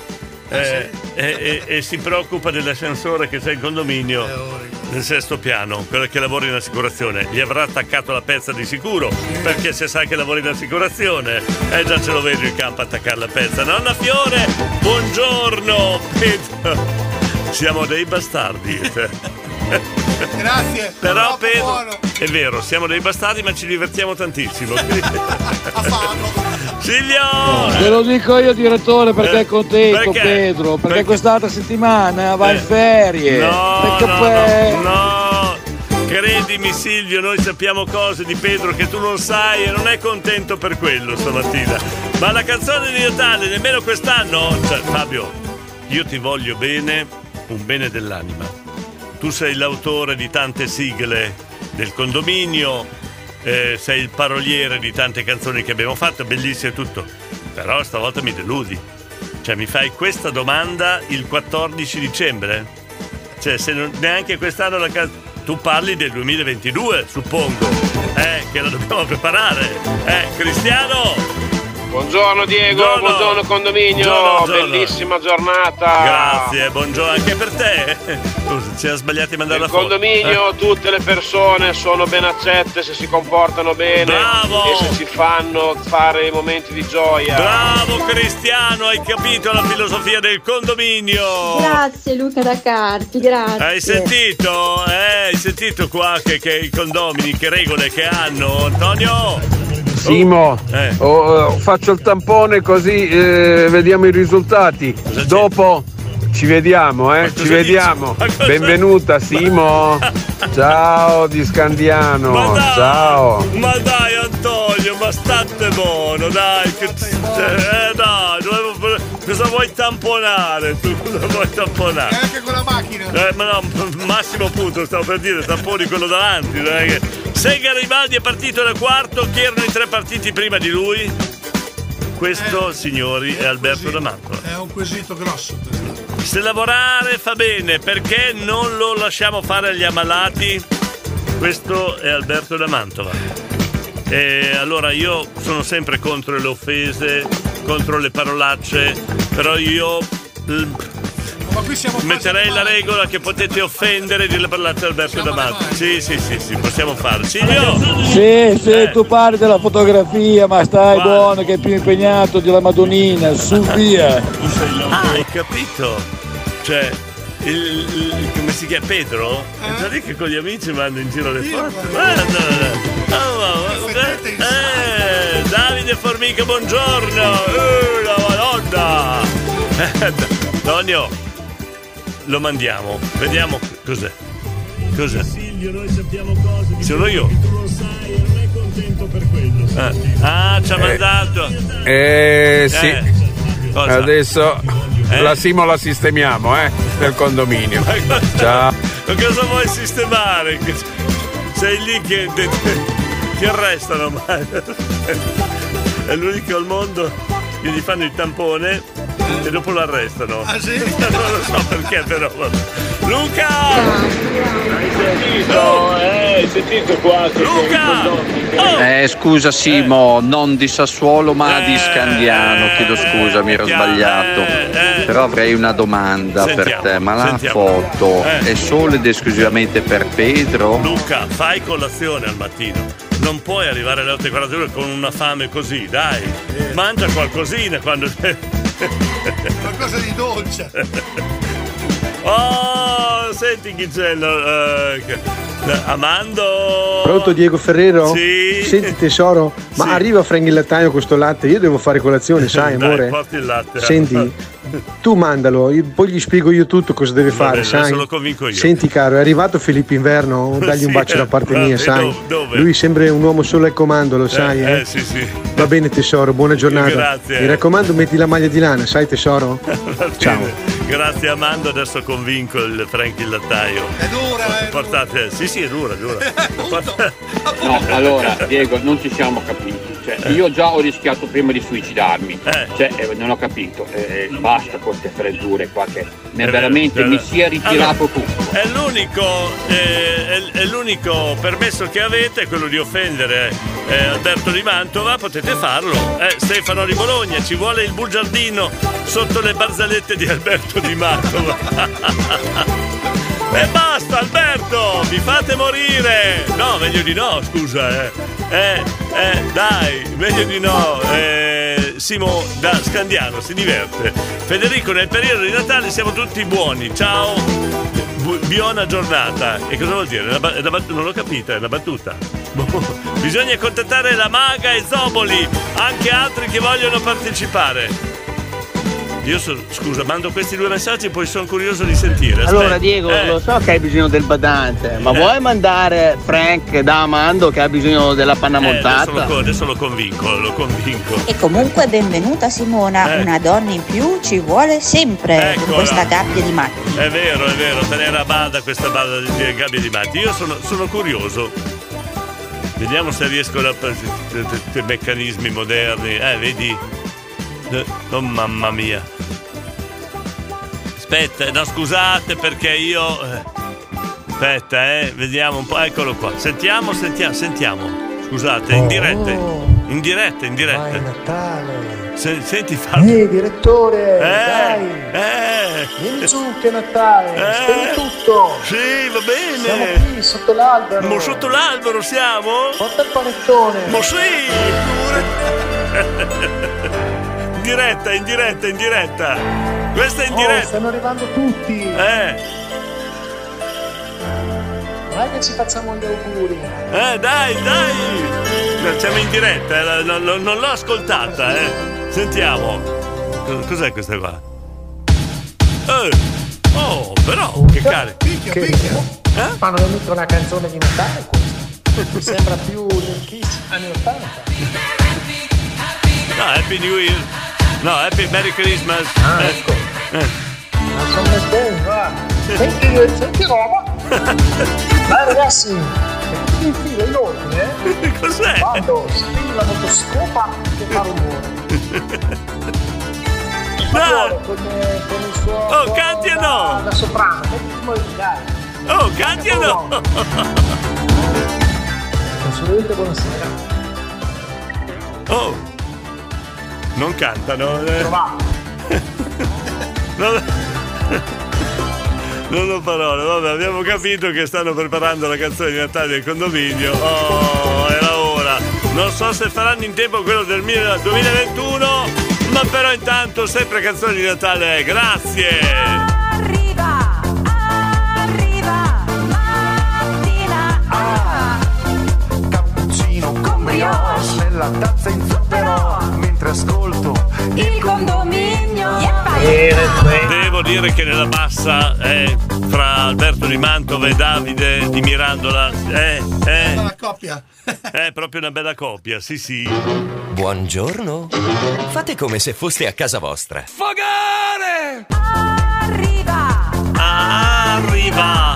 E si preoccupa dell'ascensore che c'è in condominio nel sesto piano, quello che lavora in assicurazione. Gli avrà attaccato la pezza di sicuro, perché se sai che lavora in assicurazione già ce lo vedo in campo attaccare la pezza. Nonna Fiore, buongiorno. Siamo dei bastardi. Grazie. Però Pedro, è vero, siamo dei bastardi ma ci divertiamo tantissimo. A farlo. Silvio! Te lo dico io direttore perché è contento Pedro, perché quest'altra settimana va in ferie. No, credimi Silvio, noi sappiamo cose di Pedro che tu non sai e non è contento per quello stamattina. Ma la canzone di Natale nemmeno quest'anno, Fabio, io ti voglio bene, un bene dell'anima. Tu sei l'autore di tante sigle del condominio, sei il paroliere di tante canzoni che abbiamo fatto, bellissimo e tutto, però stavolta mi deludi. Cioè mi fai questa domanda il 14 dicembre? Cioè se neanche quest'anno tu parli del 2022, suppongo, che la dobbiamo preparare. Cristiano! Buongiorno Diego, buongiorno condominio, bellissima giornata. Grazie, buongiorno anche per te. Ci ha sbagliato di mandare la foto. Nel condominio tutte le persone sono ben accette se si comportano bene. Bravo! E se si fanno fare i momenti di gioia. Bravo Cristiano, hai capito la filosofia del condominio. Grazie Luca da Carpi, grazie. Hai sentito? Hai sentito qua che i condomini, che regole che hanno, Antonio? Simo, faccio il tampone così vediamo i risultati. Dopo ci vediamo, ci vediamo. Benvenuta Simo. Ciao di Scandiano. Ciao. Ma dai Antonio, ma state buono, dai. Dai, cosa vuoi tamponare? Tu cosa vuoi tamponare? E anche con la macchina. Ma no, massimo punto, stavo per dire, tamponi quello davanti, non è che... Se Garibaldi è partito da quarto, chi erano i 3 partiti prima di lui? Questo, signori, è Alberto da Mantova. È un quesito grosso. Se lavorare fa bene, perché non lo lasciamo fare agli ammalati? Questo è Alberto da Mantova. E allora io sono sempre contro le offese, contro le parolacce, però io... Ma qui siamo metterei la regola che potete offendere di parlare Alberto D'Amato. Sì, possiamo farlo. Silvio! Sì, tu parli della fotografia, ma stai buono che è più impegnato della Madonnina, su via. Hai capito? Cioè, come si chiama? Pedro? Entra lì che con gli amici vanno in giro le foto. Davide Formica, buongiorno! La Madonna! Antonio! Lo mandiamo, vediamo cos'è. Silvio, noi sappiamo cose di sono io. Tu lo sai, non è contento per quello. Ci ha mandato. Sì. Cosa? Adesso la Simo la sistemiamo, nel condominio. Ciao. Ma cosa vuoi sistemare? Sei lì che ti arrestano, ma è l'unico al mondo che gli fanno il tampone e dopo lo arrestano. Ah sì? Non lo so perché però. Luca! Hai sentito qua? Luca! Scusa Simo, non di Sassuolo ma di Scandiano, chiedo scusa, mi ero sbagliato. Però avrei una domanda per te, ma la foto è solo ed esclusivamente per Pedro? Luca, fai colazione al mattino. Non puoi arrivare alle 8:41 con una fame così, dai. Mangia qualcosina quando... Qualcosa di dolce. Oh, senti chi c'è? Amando. Pronto Diego Ferrero? Sì. Senti tesoro, ma arriva Frank il lattaio con sto latte, io devo fare colazione, sai amore? Dai, porti il latte. Senti, tu mandalo, poi gli spiego io tutto cosa deve fare, sai? Adesso lo convinco io. Senti caro, è arrivato Filippo Inverno, dagli un bacio da parte mia, sai? Dove? Lui sembra un uomo solo al comando, lo sai? Sì. Va bene tesoro, buona giornata. Grazie. Mi raccomando, metti la maglia di lana, sai tesoro? Ciao. Grazie Amando, adesso convinco il Frank il lattaio. È dura, portate. Sì, è dura. No, allora Diego, non ci siamo capiti. Cioè, io già ho rischiato prima di suicidarmi. Non ho capito. Basta con queste freddure qua che veramente mi si è ritirato tutto. È l'unico permesso che avete, è quello di offendere Alberto di Mantova, potete farlo. Stefano di Bologna, ci vuole il bugiardino sotto le barzellette di Alberto di Mantova. E basta Alberto, mi fate morire. No, meglio di no, scusa. Dai, meglio di no. Simo da Scandiano si diverte. Federico, nel periodo di Natale siamo tutti buoni. Ciao. Buona giornata. E cosa vuol dire? Non l'ho capita, è una battuta. Bisogna contattare la Maga e Zoboli, anche altri che vogliono partecipare. Scusa, mando questi 2 messaggi, poi sono curioso di sentire. Aspetta. Allora Diego, lo so che hai bisogno del badante, ma vuoi mandare Frank da Amando che ha bisogno della panna montata? Adesso lo convinco. E comunque benvenuta Simona, una donna in più ci vuole sempre. Eccola. Con questa gabbia di matti. È vero, tenere a bada questa bada di gabbia di matti. Io sono curioso. Vediamo se riesco a meccanismi moderni. Vedi? Oh mamma mia. Aspetta, no scusate perché io aspetta, vediamo un po', eccolo qua. Sentiamo. Scusate, in diretta. Ma è Natale. Senti Fabio. Direttore, dai. Vieni giù che è Natale, spegni tutto. Sì, va bene. Siamo qui sotto l'albero. Ma sotto l'albero siamo? Porta il panettone. Ma sì. In diretta. Questa è in diretta. Stanno arrivando tutti. Dai che ci facciamo gli auguri. Dai. Siamo in diretta, non l'ho ascoltata, Sentiamo. Cos'è questa qua? Oh, però, che carico. Picchia. Ma non è mica una canzone di Natale questa. Mi sembra più del Kiss anni 80. No, Happy New Year. No, Happy Merry Christmas. Ecco. Ma sono bene, va. Senti roba. Dai ragazzi, in fila in ordine. Cos'è? Quando spingi la motoscopa che fa rumore. Con il suo canti o no? Da soprano, mettiti dai. Canti o no? Assolutamente buonasera. Non cantano. Non ho parole, vabbè, abbiamo capito che stanno preparando la canzone di Natale del condominio. Era ora. Non so se faranno in tempo quello del 2021, ma però intanto sempre canzone di Natale. Grazie. Arriva mattina. Cappuccino con brioche nella tazza in zucchero mentre ascolto il condominio. Devo dire che nella bassa fra Alberto di Mantova e Davide di Mirandola Bella coppia. È proprio una bella coppia, sì. Buongiorno. Fate come se foste a casa vostra. Fogare! Arriva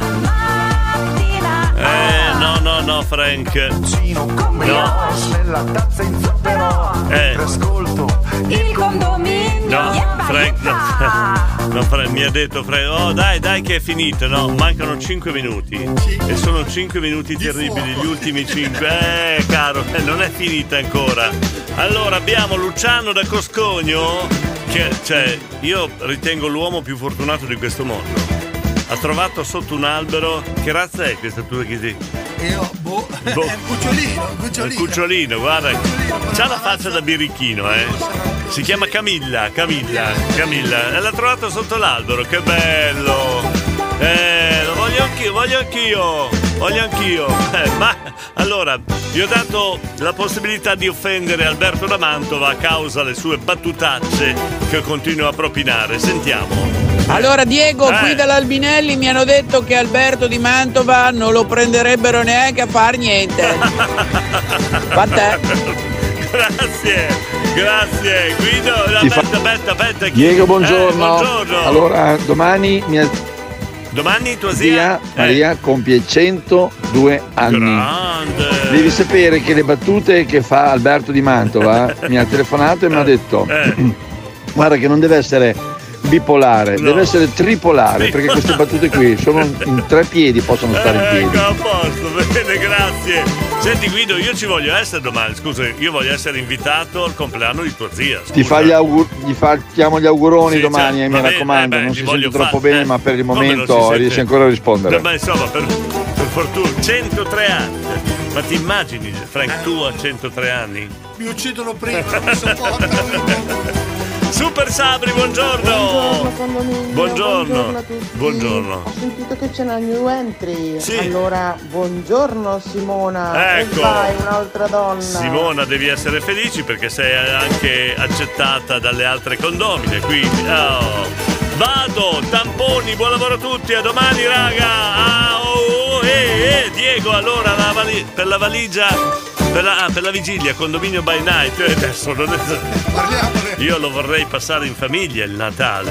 No, Frank. No. Nella tazza in zucchero ascolto il condominio. No, Frank. No, Frank, mi ha detto Frank. Dai che è finito. No, mancano 5 minuti. E sono 5 minuti terribili, gli ultimi 5. Caro, non è finita ancora. Allora abbiamo Luciano da Coscogno, che io ritengo l'uomo più fortunato di questo mondo. Ha trovato sotto un albero. Che razza è questa tua che È un cucciolino, guarda. C'ha la faccia da birichino, Si chiama Camilla. E l'ha trovato sotto l'albero, che bello. voglio anch'io. Ma allora, gli ho dato la possibilità di offendere Alberto da Mantova a causa delle sue battutacce che continuo a propinare. Sentiamo. Allora Diego, qui dall'Albinelli mi hanno detto che Alberto di Mantova non lo prenderebbero neanche a far niente. Vattè. Grazie Guido. Aspetta. Diego, buongiorno. Allora, domani tua zia Maria compie 102 anni. Grande. Devi sapere che le battute che fa Alberto di Mantova mi ha telefonato e mi ha detto guarda che non deve essere bipolare, deve essere tripolare, perché queste battute qui sono in 3 piedi, possono stare in piedi. A posto, bene, grazie. Senti Guido, io ci voglio essere domani, scusa, io voglio essere invitato al compleanno di tua zia. Scusa. Ti facciamo gli auguroni domani, mi raccomando, non si sente troppo bene, ma per il momento riesci ancora a rispondere. Ma insomma, per fortuna, 103 anni. Ma ti immagini, Frank, tu a 103 anni? Mi uccidono prima, non mi sopportano. Super Sabri, buongiorno. Buongiorno a tutti. Buongiorno. Ho sentito che c'è una new entry. Sì. Allora, buongiorno Simona. Ecco. E vai, un'altra donna. Simona, devi essere felici perché sei anche accettata dalle altre condomine, quindi vado, tamponi, buon lavoro a tutti, a domani raga. Diego, allora per la valigia per la vigilia, condominio by night. Adesso non è... Io lo vorrei passare in famiglia il Natale.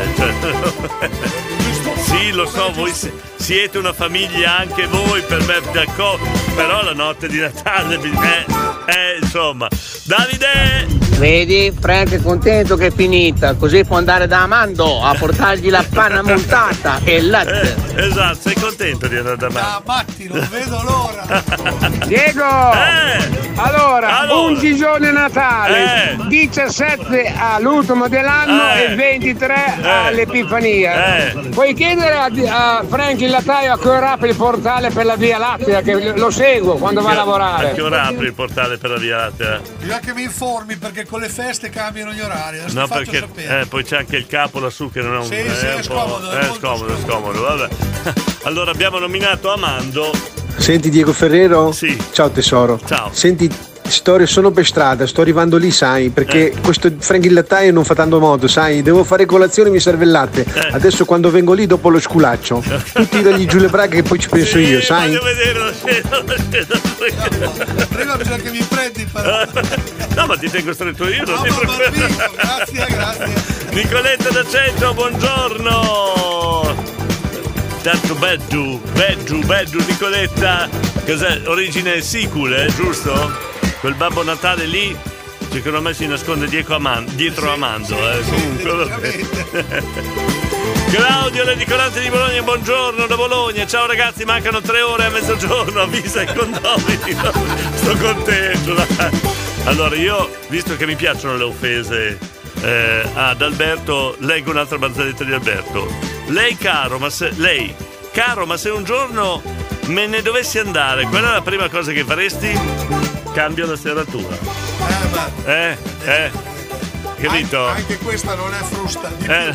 Sì, lo so, voi siete una famiglia anche voi, per me, d'accordo. Però la notte di Natale, insomma. Davide! Vedi, Frank è contento che è finita, così può andare da Amando a portargli la panna montata e il latte. Esatto, sei contento di andare da Amando? Matti, non vedo l'ora. Diego! Allora, 11 giorni Natale, 17 all'ultimo dell'anno e 23 all'Epifania. Puoi chiedere a Frank il lattaio a che ora apre il portale per la Via Lattea, che lo seguo quando va a lavorare. A che ora apri il portale per la Via Lattea? Bisogna che mi informi perché con le feste cambiano gli orari. Adesso No, faccio perché sapere. poi c'è anche il capo lassù che non è un Sì, è scomodo. È scomodo, vabbè. Allora abbiamo nominato Amando. Senti Diego Ferrero? Sì. Ciao tesoro. Ciao. Senti, sono per strada, sto arrivando lì, sai, perché questo Frank il lattaio non fa tanto modo, sai, devo fare colazione, mi serve il latte. Adesso quando vengo lì dopo lo sculaccio. Tu tiragli giù le braghe che poi ci penso io, sai? Voglio vedere la scena. Prima bisogna che mi prendi però. No, ma ti tengo stretto io, non ti preoccupare. Grazie. Nicoletta da Centro, buongiorno. Tanto Beddu, Nicoletta. Cos'è? Origine sicule, giusto? Quel Babbo Natale lì, secondo me si nasconde dietro Amando, comunque. Claudio, l'edicolante di Bologna, buongiorno da Bologna. Ciao ragazzi, mancano 3 ore a mezzogiorno, avvisa i condomini. Sto contento, dai. Allora io, visto che mi piacciono le offese ad Alberto, leggo un'altra barzelletta di Alberto. Lei caro, ma se un giorno me ne dovessi andare, qual è la prima cosa che faresti? Cambio la serratura. Capito? Anche questa non è frusta.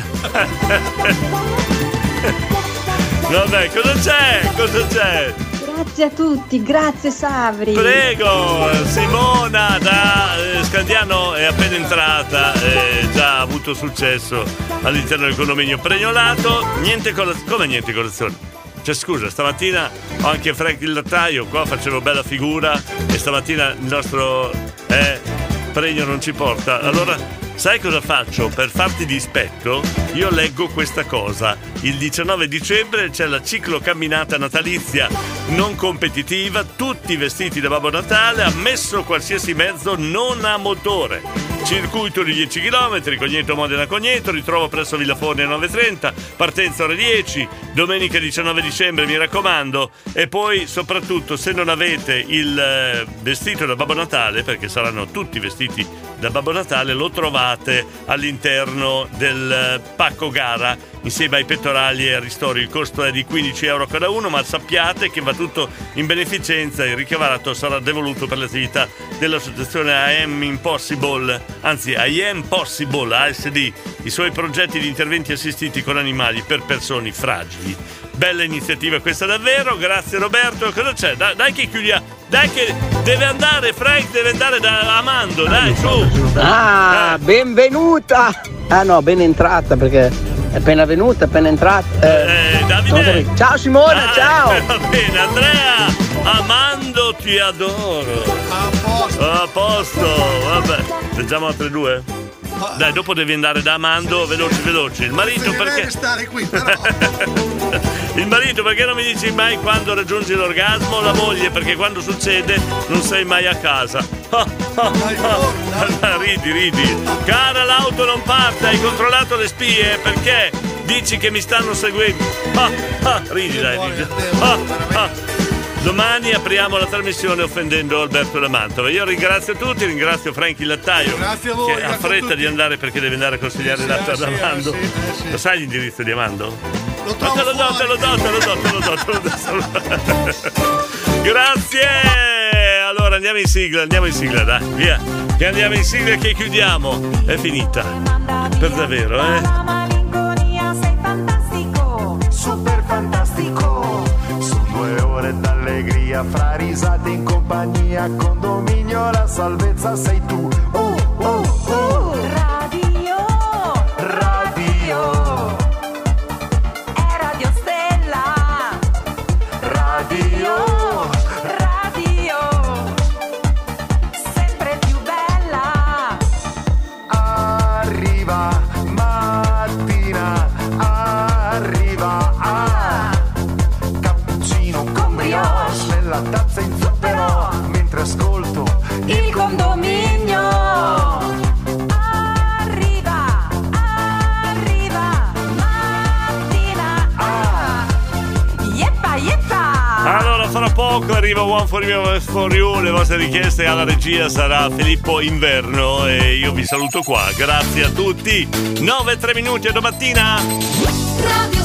Vabbè, cosa c'è? Grazie a tutti, grazie Sabri. Prego, Simona da Scandiano è appena entrata, già ha avuto successo all'interno del condominio pregnolato. Come niente colazione? Cioè scusa, stamattina ho anche Frank il lattaio, qua facevo bella figura e stamattina il nostro pregno non ci porta. Allora, sai cosa faccio? Per farti dispetto, io leggo questa cosa. Il 19 dicembre c'è la ciclocamminata natalizia non competitiva, tutti vestiti da Babbo Natale, ammesso qualsiasi mezzo non a motore. Circuito di 10 km, Cogneto Modena Cogneto, ritrovo presso Villaforni alle 9.30, partenza ore 10, domenica 19 dicembre mi raccomando. E poi soprattutto se non avete il vestito da Babbo Natale, perché saranno tutti vestiti da Babbo Natale, lo trovate all'interno del pacco gara insieme ai pettorali e al ristoro. Il costo è di €15 cada uno, ma sappiate che va tutto in beneficenza e il ricavato sarà devoluto per le attività dell'associazione AM Impossible, anzi AM Possible, ASD, i suoi progetti di interventi assistiti con animali per persone fragili. Bella iniziativa questa davvero, grazie Roberto. Cosa c'è? Dai che chiudiamo, dai che deve andare, Frank deve andare da Amando, dai su. Benvenuta. Ah no, ben entrata perché è appena venuta, appena entrata. Davide. Ciao Simona, ciao. Va bene, Andrea, Amando ti adoro. A posto, vabbè. Leggiamo altre due? Dai, dopo devi andare da Amando, veloci. Il marito perché restare qui, però. Il marito perché non mi dici mai quando raggiungi l'orgasmo? La moglie perché quando succede non sei mai a casa. Ridi. Cara, l'auto non parte, hai controllato le spie? Perché dici che mi stanno seguendo? Ridi. Domani apriamo la trasmissione offendendo Alberto da Mantova. Io ringrazio tutti, ringrazio Frank il lattaio. Grazie a voi. Che ha fretta di andare perché deve andare a consigliare latte ad Amando. Lo sai l'indirizzo di Amando? Lo trovo te lo do. Grazie. Allora andiamo in sigla, dai, via. Che andiamo in sigla e che chiudiamo. È finita. Per davvero, Super fantastico. Sono 2 ore d'allegria, fra risate in compagnia, condominio, la salvezza sei tu. Radio. È Radio Stella. Radio. Sempre più bella. Arriva mattina, arriva cappuccino con brioche nella tazza in zucchero mentre ascolto il condominio. Allora fra poco arriva One for You, le vostre richieste alla regia sarà Filippo Inverno e io vi saluto qua. Grazie a tutti. 9:03 a domattina.